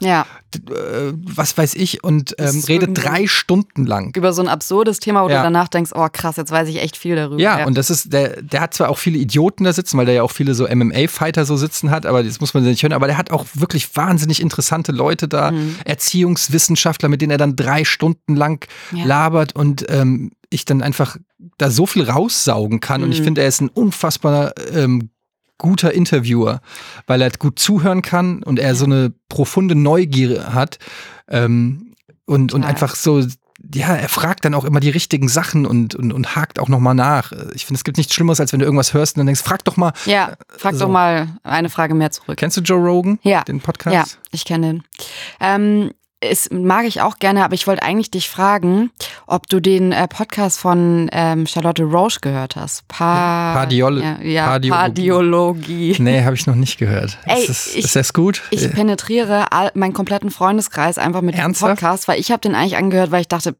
was weiß ich, und redet 3 Stunden lang. Über so ein absurdes Thema, wo du danach denkst, oh krass, jetzt weiß ich echt viel darüber. Ja, und das ist, der hat zwar auch viele Idioten da sitzen, weil der ja auch viele so MMA-Fighter so sitzen hat, aber das muss man nicht hören, aber der hat auch wirklich wahnsinnig interessante interessante Leute da, Erziehungswissenschaftler, mit denen er dann 3 Stunden lang labert und ich dann einfach da so viel raussaugen kann. Und ich finde, er ist ein unfassbar guter Interviewer, weil er gut zuhören kann und er so eine profunde Neugier hat und einfach so, ja, er fragt dann auch immer die richtigen Sachen und hakt auch nochmal nach. Ich finde, es gibt nichts Schlimmeres, als wenn du irgendwas hörst und dann denkst, frag doch mal. Ja, frag doch mal eine Frage mehr zurück. Kennst du Joe Rogan? Ja. Den Podcast? Ja, ich kenne den. Es mag ich auch gerne, aber ich wollte eigentlich dich fragen, ob du den Podcast von Charlotte Roche gehört hast. Pardiologie. Nee, habe ich noch nicht gehört. Ey, ist das gut? Ich penetriere meinen kompletten Freundeskreis einfach mit dem Podcast, weil ich habe den eigentlich angehört, weil ich dachte,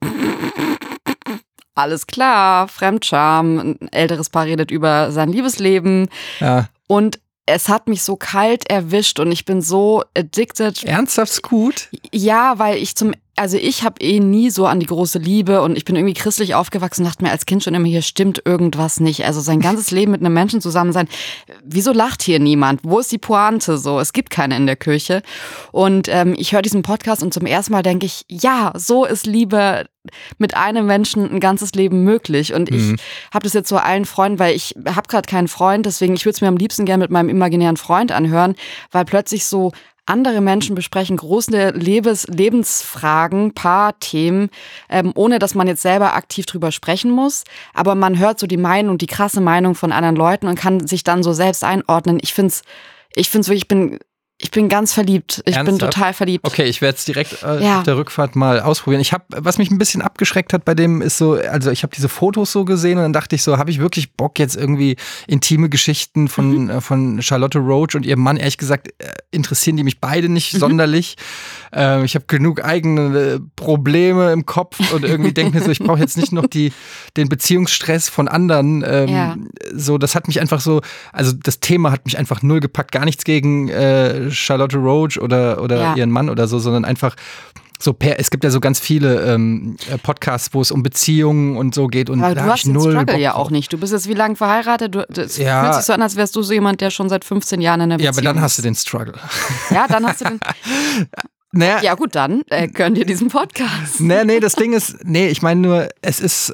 alles klar, Fremdscham, ein älteres Paar redet über sein Liebesleben und es hat mich so kalt erwischt und ich bin so addicted. Ernsthaft gut? Ja, weil ich habe nie so an die große Liebe und ich bin irgendwie christlich aufgewachsen und dachte mir als Kind schon immer, hier stimmt irgendwas nicht. Also sein ganzes Leben mit einem Menschen zusammen sein. Wieso lacht hier niemand? Wo ist die Pointe so? Es gibt keine in der Kirche. Und ich höre diesen Podcast und zum ersten Mal denke ich, ja, so ist Liebe mit einem Menschen ein ganzes Leben möglich. Und ich habe das jetzt so allen Freunden, weil ich habe gerade keinen Freund, deswegen ich würde es mir am liebsten gerne mit meinem imaginären Freund anhören, weil plötzlich so andere Menschen besprechen große Lebensfragen, Paarthemen, ohne dass man jetzt selber aktiv drüber sprechen muss. Aber man hört so die Meinung, die krasse Meinung von anderen Leuten und kann sich dann so selbst einordnen. Ich find's wirklich, ich bin ganz verliebt. Ich bin total verliebt. Okay, ich werde es direkt auf der Rückfahrt mal ausprobieren. Was mich ein bisschen abgeschreckt hat bei dem, ist so, also ich habe diese Fotos so gesehen und dann dachte ich so, habe ich wirklich Bock jetzt irgendwie intime Geschichten von Charlotte Roche und ihrem Mann, ehrlich gesagt, interessieren die mich beide nicht sonderlich. Ich habe genug eigene Probleme im Kopf und irgendwie denke mir so, ich brauche jetzt nicht noch den Beziehungsstress von anderen. So, das hat mich einfach so, also das Thema hat mich einfach null gepackt, gar nichts gegen Charlotte Roche oder ihren Mann oder so, sondern einfach so es gibt ja so ganz viele Podcasts, wo es um Beziehungen und so geht. Und aber da du hast den null Struggle Bock ja auch nicht. Du bist jetzt wie lange verheiratet? Es fühlt sich so an, als wärst du so jemand, der schon seit 15 Jahren in einer Beziehung ist. Ja, aber dann hast du den Struggle. Ja, dann hast du den... Naja, ja gut, dann gönn dir diesen Podcast. Nee, das Ding ist, ich meine nur, es ist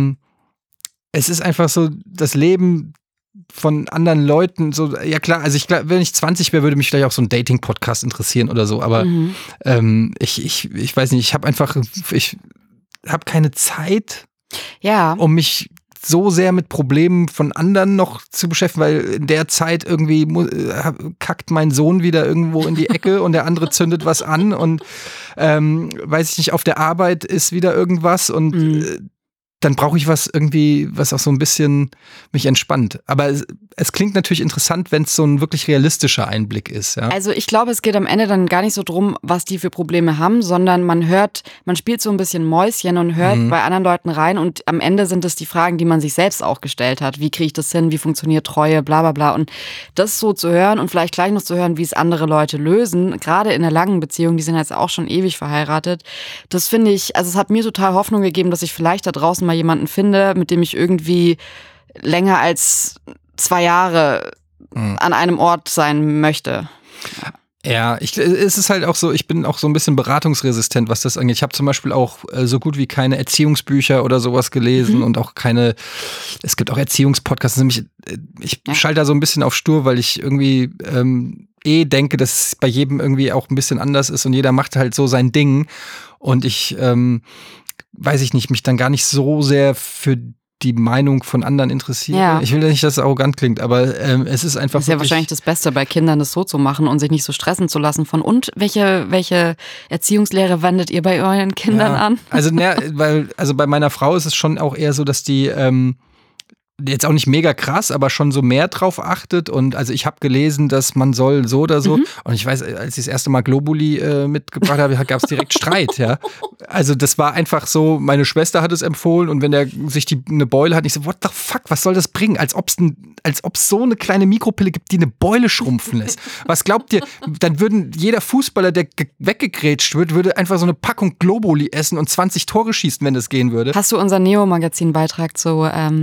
einfach so, das Leben von anderen Leuten, so, ja klar, also ich glaube, wenn ich 20 wäre, würde mich vielleicht auch so ein Dating-Podcast interessieren oder so, aber ich weiß nicht, ich habe keine Zeit, um mich so sehr mit Problemen von anderen noch zu beschäftigen, weil in der Zeit irgendwie kackt mein Sohn wieder irgendwo in die Ecke und der andere zündet was an und weiß ich nicht, auf der Arbeit ist wieder irgendwas und dann brauche ich was irgendwie, was auch so ein bisschen mich entspannt. Aber es klingt natürlich interessant, wenn es so ein wirklich realistischer Einblick ist. Ja? Also ich glaube, es geht am Ende dann gar nicht so drum, was die für Probleme haben, sondern man spielt so ein bisschen Mäuschen und hört bei anderen Leuten rein und am Ende sind es die Fragen, die man sich selbst auch gestellt hat. Wie kriege ich das hin? Wie funktioniert Treue? Bla bla bla. Und das so zu hören und vielleicht gleich noch zu hören, wie es andere Leute lösen, gerade in einer langen Beziehung, die sind jetzt auch schon ewig verheiratet, das finde ich, also es hat mir total Hoffnung gegeben, dass ich vielleicht da draußen mal jemanden finde, mit dem ich irgendwie länger als 2 Jahre an einem Ort sein möchte. Ja, es ist halt auch so, ich bin auch so ein bisschen beratungsresistent, was das angeht. Ich habe zum Beispiel auch so gut wie keine Erziehungsbücher oder sowas gelesen und auch es gibt auch Erziehungspodcasts, nämlich ich schalte da so ein bisschen auf stur, weil ich irgendwie denke, dass es bei jedem irgendwie auch ein bisschen anders ist und jeder macht halt so sein Ding und ich weiß ich nicht, mich dann gar nicht so sehr für die Meinung von anderen interessiere. Ja. Ich will ja nicht, dass es arrogant klingt, aber es ist einfach. Das ist ja wahrscheinlich das Beste bei Kindern, das so zu machen und sich nicht so stressen zu lassen von welche Erziehungslehre wendet ihr bei euren Kindern an? Also, bei meiner Frau ist es schon auch eher so, dass die jetzt auch nicht mega krass, aber schon so mehr drauf achtet und also ich habe gelesen, dass man soll so oder so und ich weiß, als ich das erste Mal Globuli mitgebracht habe, gab es direkt Streit, ja. Also das war einfach so, meine Schwester hat es empfohlen und wenn der sich eine Beule hat, ich so, what the fuck, was soll das bringen? Als ob es so eine kleine Mikropille gibt, die eine Beule schrumpfen lässt. Was glaubt ihr, dann würden jeder Fußballer, der weggegrätscht wird, würde einfach so eine Packung Globuli essen und 20 Tore schießen, wenn das gehen würde. Hast du unseren Neo-Magazin-Beitrag zu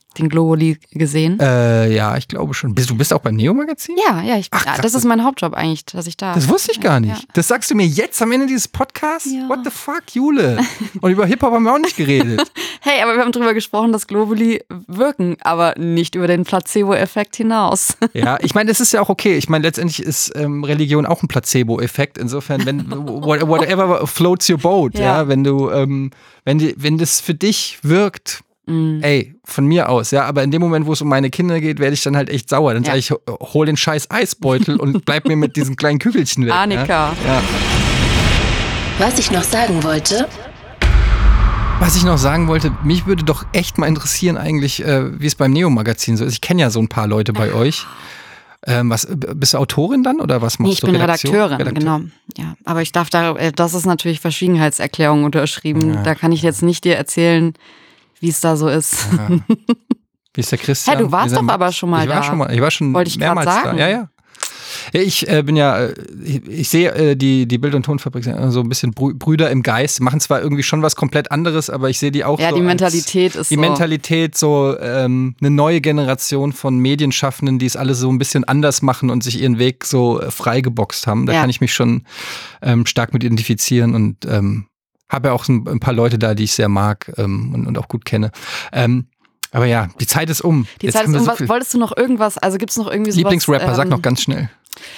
den Globuli gesehen? Ja, ich glaube schon. Du bist auch beim Neo-Magazin? Ja, das ist mein Hauptjob eigentlich, dass ich da... Das wusste ich gar nicht. Ja. Das sagst du mir jetzt am Ende dieses Podcasts? Ja. What the fuck, Jule? Und über Hip-Hop haben wir auch nicht geredet. Hey, aber wir haben drüber gesprochen, dass Globuli wirken, aber nicht über den Placebo-Effekt hinaus. Ja, ich meine, das ist ja auch okay. Ich meine, letztendlich ist Religion auch ein Placebo-Effekt. Insofern, wenn whatever floats your boat, ja, wenn du, wenn das für dich wirkt, ey, von mir aus, ja, aber in dem Moment, wo es um meine Kinder geht, werde ich dann halt echt sauer. Dann sage ich, hol den scheiß Eisbeutel und bleib mir mit diesen kleinen Kügelchen weg. Annika. Ja. Was ich noch sagen wollte... Was ich noch sagen wollte, mich würde doch echt mal interessieren eigentlich, wie es beim Neo-Magazin so ist. Ich kenne ja so ein paar Leute bei euch. Bist du Autorin dann oder was machst du? Ich bin Redakteurin, genau. Ja, aber ich darf das ist natürlich Verschwiegenheitserklärung unterschrieben. Ja. Da kann ich jetzt nicht dir erzählen, wie es da so ist. Ja. Wie ist der Christian? Hey, du warst doch aber schon mal da. Ich war schon Wollte ich mehrmals sagen. da. Ja. Ich bin ich sehe die Bild- und Tonfabrik so ein bisschen Brüder im Geist, machen zwar irgendwie schon was komplett anderes, aber ich sehe die auch so. Ja, die Mentalität ist so. Die Mentalität, so eine neue Generation von Medienschaffenden, die es alle so ein bisschen anders machen und sich ihren Weg so freigeboxt haben. Da kann ich mich schon stark mit identifizieren und habe ja auch ein paar Leute da, die ich sehr mag und auch gut kenne. Aber ja, die Zeit ist um. Die Zeit ist um. Was, wolltest du noch irgendwas, also gibt es noch irgendwie sowas? Lieblingsrapper, sag noch ganz schnell.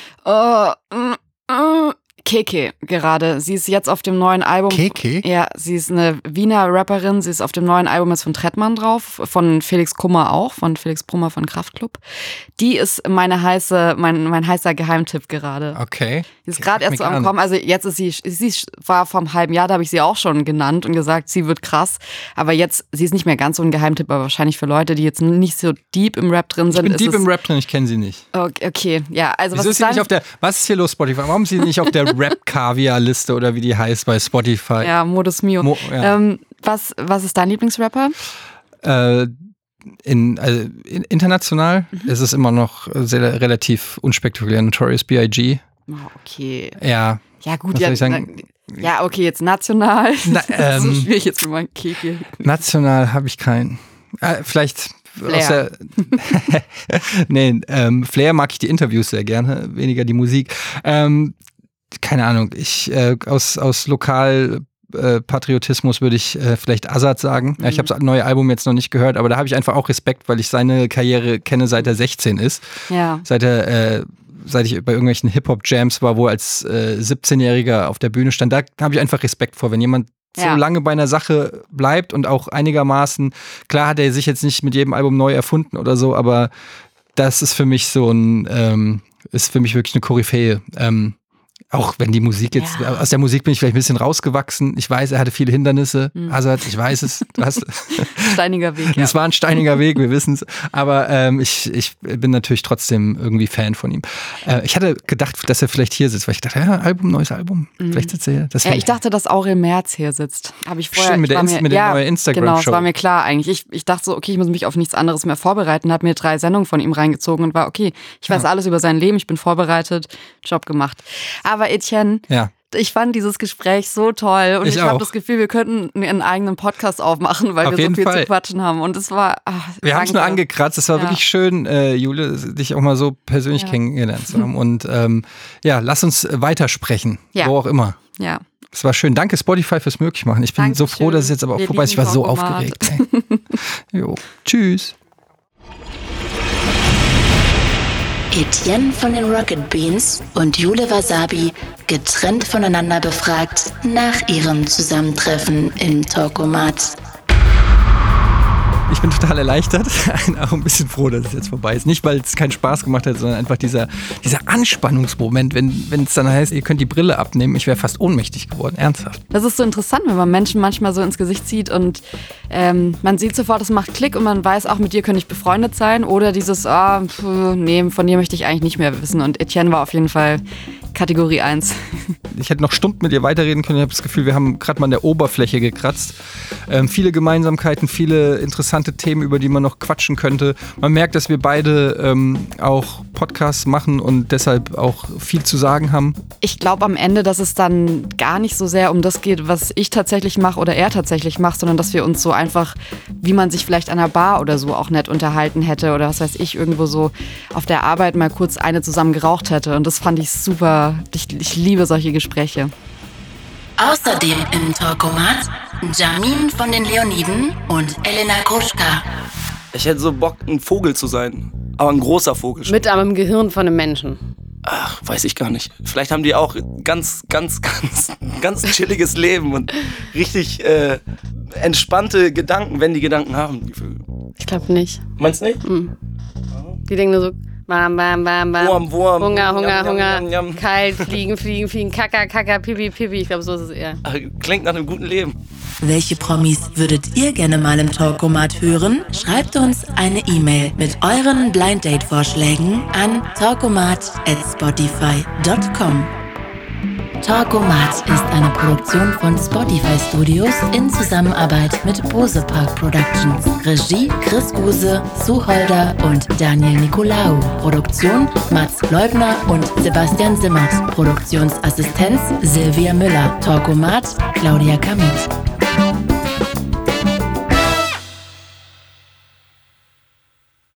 Keke gerade. Sie ist jetzt auf dem neuen Album. Keke? Ja, sie ist eine Wiener Rapperin. Sie ist auf dem neuen Album jetzt von Trettmann drauf, von Felix Kummer auch, von Felix Kummer von Kraftklub. Die ist mein heißer Geheimtipp gerade. Okay. Die ist gerade erst so am Kommen. Also jetzt ist sie war vor einem halben Jahr, da habe ich sie auch schon genannt und gesagt, sie wird krass. Aber jetzt, sie ist nicht mehr ganz so ein Geheimtipp, aber wahrscheinlich für Leute, die jetzt nicht so deep im Rap drin sind. Ich bin deep im Rap drin, ich kenne sie nicht. Okay, ja. Also was ist hier los, Spotify? Warum ist sie nicht auf der Rap-Kaviar-Liste oder wie die heißt bei Spotify? Ja, Modus Mio. Was ist dein Lieblingsrapper? International ist es immer noch relativ unspektakulär. Notorious B.I.G. Oh, okay. Ja. Ja, gut, ja, okay, jetzt national. Das ist so schwierig jetzt für meinen Keke. National habe ich keinen. Vielleicht Flair. Flair mag ich die Interviews sehr gerne, weniger die Musik. Keine Ahnung, aus Lokalpatriotismus würde ich vielleicht Azad sagen. Ja, ich habe das neue Album jetzt noch nicht gehört, aber da habe ich einfach auch Respekt, weil ich seine Karriere kenne, seit er 16 ist. Ja. Seit ich bei irgendwelchen Hip-Hop-Jams war, wo er als 17-Jähriger auf der Bühne stand, da habe ich einfach Respekt vor, wenn jemand so lange bei einer Sache bleibt und auch einigermaßen, klar hat er sich jetzt nicht mit jedem Album neu erfunden oder so, aber das ist für mich ist für mich wirklich eine Koryphäe. Auch wenn die Musik jetzt, aus der Musik bin ich vielleicht ein bisschen rausgewachsen. Ich weiß, er hatte viele Hindernisse. Azad, ich weiß es. Steiniger Weg, Es war ein steiniger Weg, wir wissen es. Aber ich bin natürlich trotzdem irgendwie Fan von ihm. Ich hatte gedacht, dass er vielleicht hier sitzt, weil ich dachte, neues Album. Vielleicht sitzt er hier. Ich dachte, dass Aurel Merz hier sitzt. Habe ich vorher. Stimmt, mit der neuen Instagram-Show. Genau, das war mir klar eigentlich. Ich dachte so, okay, ich muss mich auf nichts anderes mehr vorbereiten. Habe mir 3 Sendungen von ihm reingezogen und war, okay, ich weiß alles über sein Leben, ich bin vorbereitet, Job gemacht. Aber Etienne, ich fand dieses Gespräch so toll und ich habe das Gefühl, wir könnten einen eigenen Podcast aufmachen, weil wir so viel zu quatschen haben. Und es war. Wir haben es nur angekratzt. Es war wirklich schön, Jule, dich auch mal so persönlich kennengelernt zu haben. Und lass uns weitersprechen, wo auch immer. Ja. Es war schön. Danke Spotify fürs Möglichmachen. Ich bin so froh, dass es jetzt aber auch vorbei ist. Ich war so aufgeregt. Jo. Tschüss. Etienne von den Rocket Beans und Jule Wasabi getrennt voneinander befragt nach ihrem Zusammentreffen im Talkomat. Ich bin total erleichtert, auch ein bisschen froh, dass es jetzt vorbei ist. Nicht, weil es keinen Spaß gemacht hat, sondern einfach dieser Anspannungsmoment, wenn es dann heißt, ihr könnt die Brille abnehmen. Ich wäre fast ohnmächtig geworden, ernsthaft. Das ist so interessant, wenn man Menschen manchmal so ins Gesicht sieht und man sieht sofort, es macht Klick und man weiß auch, mit dir könnte ich befreundet sein. Oder dieses, nee, von dir möchte ich eigentlich nicht mehr wissen. Und Etienne war auf jeden Fall Kategorie 1. Ich hätte noch Stunden mit ihr weiterreden können. Ich habe das Gefühl, wir haben gerade mal an der Oberfläche gekratzt. Viele Gemeinsamkeiten, viele interessante Themen, über die man noch quatschen könnte. Man merkt, dass wir beide auch Podcasts machen und deshalb auch viel zu sagen haben. Ich glaube am Ende, dass es dann gar nicht so sehr um das geht, was ich tatsächlich mache oder er tatsächlich macht, sondern dass wir uns so einfach, wie man sich vielleicht an einer Bar oder so auch nett unterhalten hätte oder was weiß ich, irgendwo so auf der Arbeit mal kurz eine zusammen geraucht hätte. Und das fand ich super. Ich liebe solche Gespräche. Außerdem im Talkomat Jamin von den Leoniden und Elena Gruschka. Ich hätte so Bock, ein Vogel zu sein. Aber ein großer Vogel. Mit einem Gehirn von einem Menschen. Ach, weiß ich gar nicht. Vielleicht haben die auch ganz chilliges Leben und richtig entspannte Gedanken, wenn die Gedanken haben, die Vögel. Ich glaube nicht. Meinst du nicht? Mhm. Die denken nur so, bam, bam, bam, bam. Wurm. Hunger. Kalt, fliegen, Kaka, Pipi. Ich glaube, so ist es eher. Ach, klingt nach einem guten Leben. Welche Promis würdet ihr gerne mal im Talkomat hören? Schreibt uns eine E-Mail mit euren Blind Date Vorschlägen an talkomat@spotify.com. Talkomat ist eine Produktion von Spotify Studios in Zusammenarbeit mit Bose Park Productions. Regie Chris Guse, Sue Holder und Daniel Nicolaou. Produktion Mats Leubner und Sebastian Simmert. Produktionsassistenz Silvia Müller. Talkomat Claudia Kamit.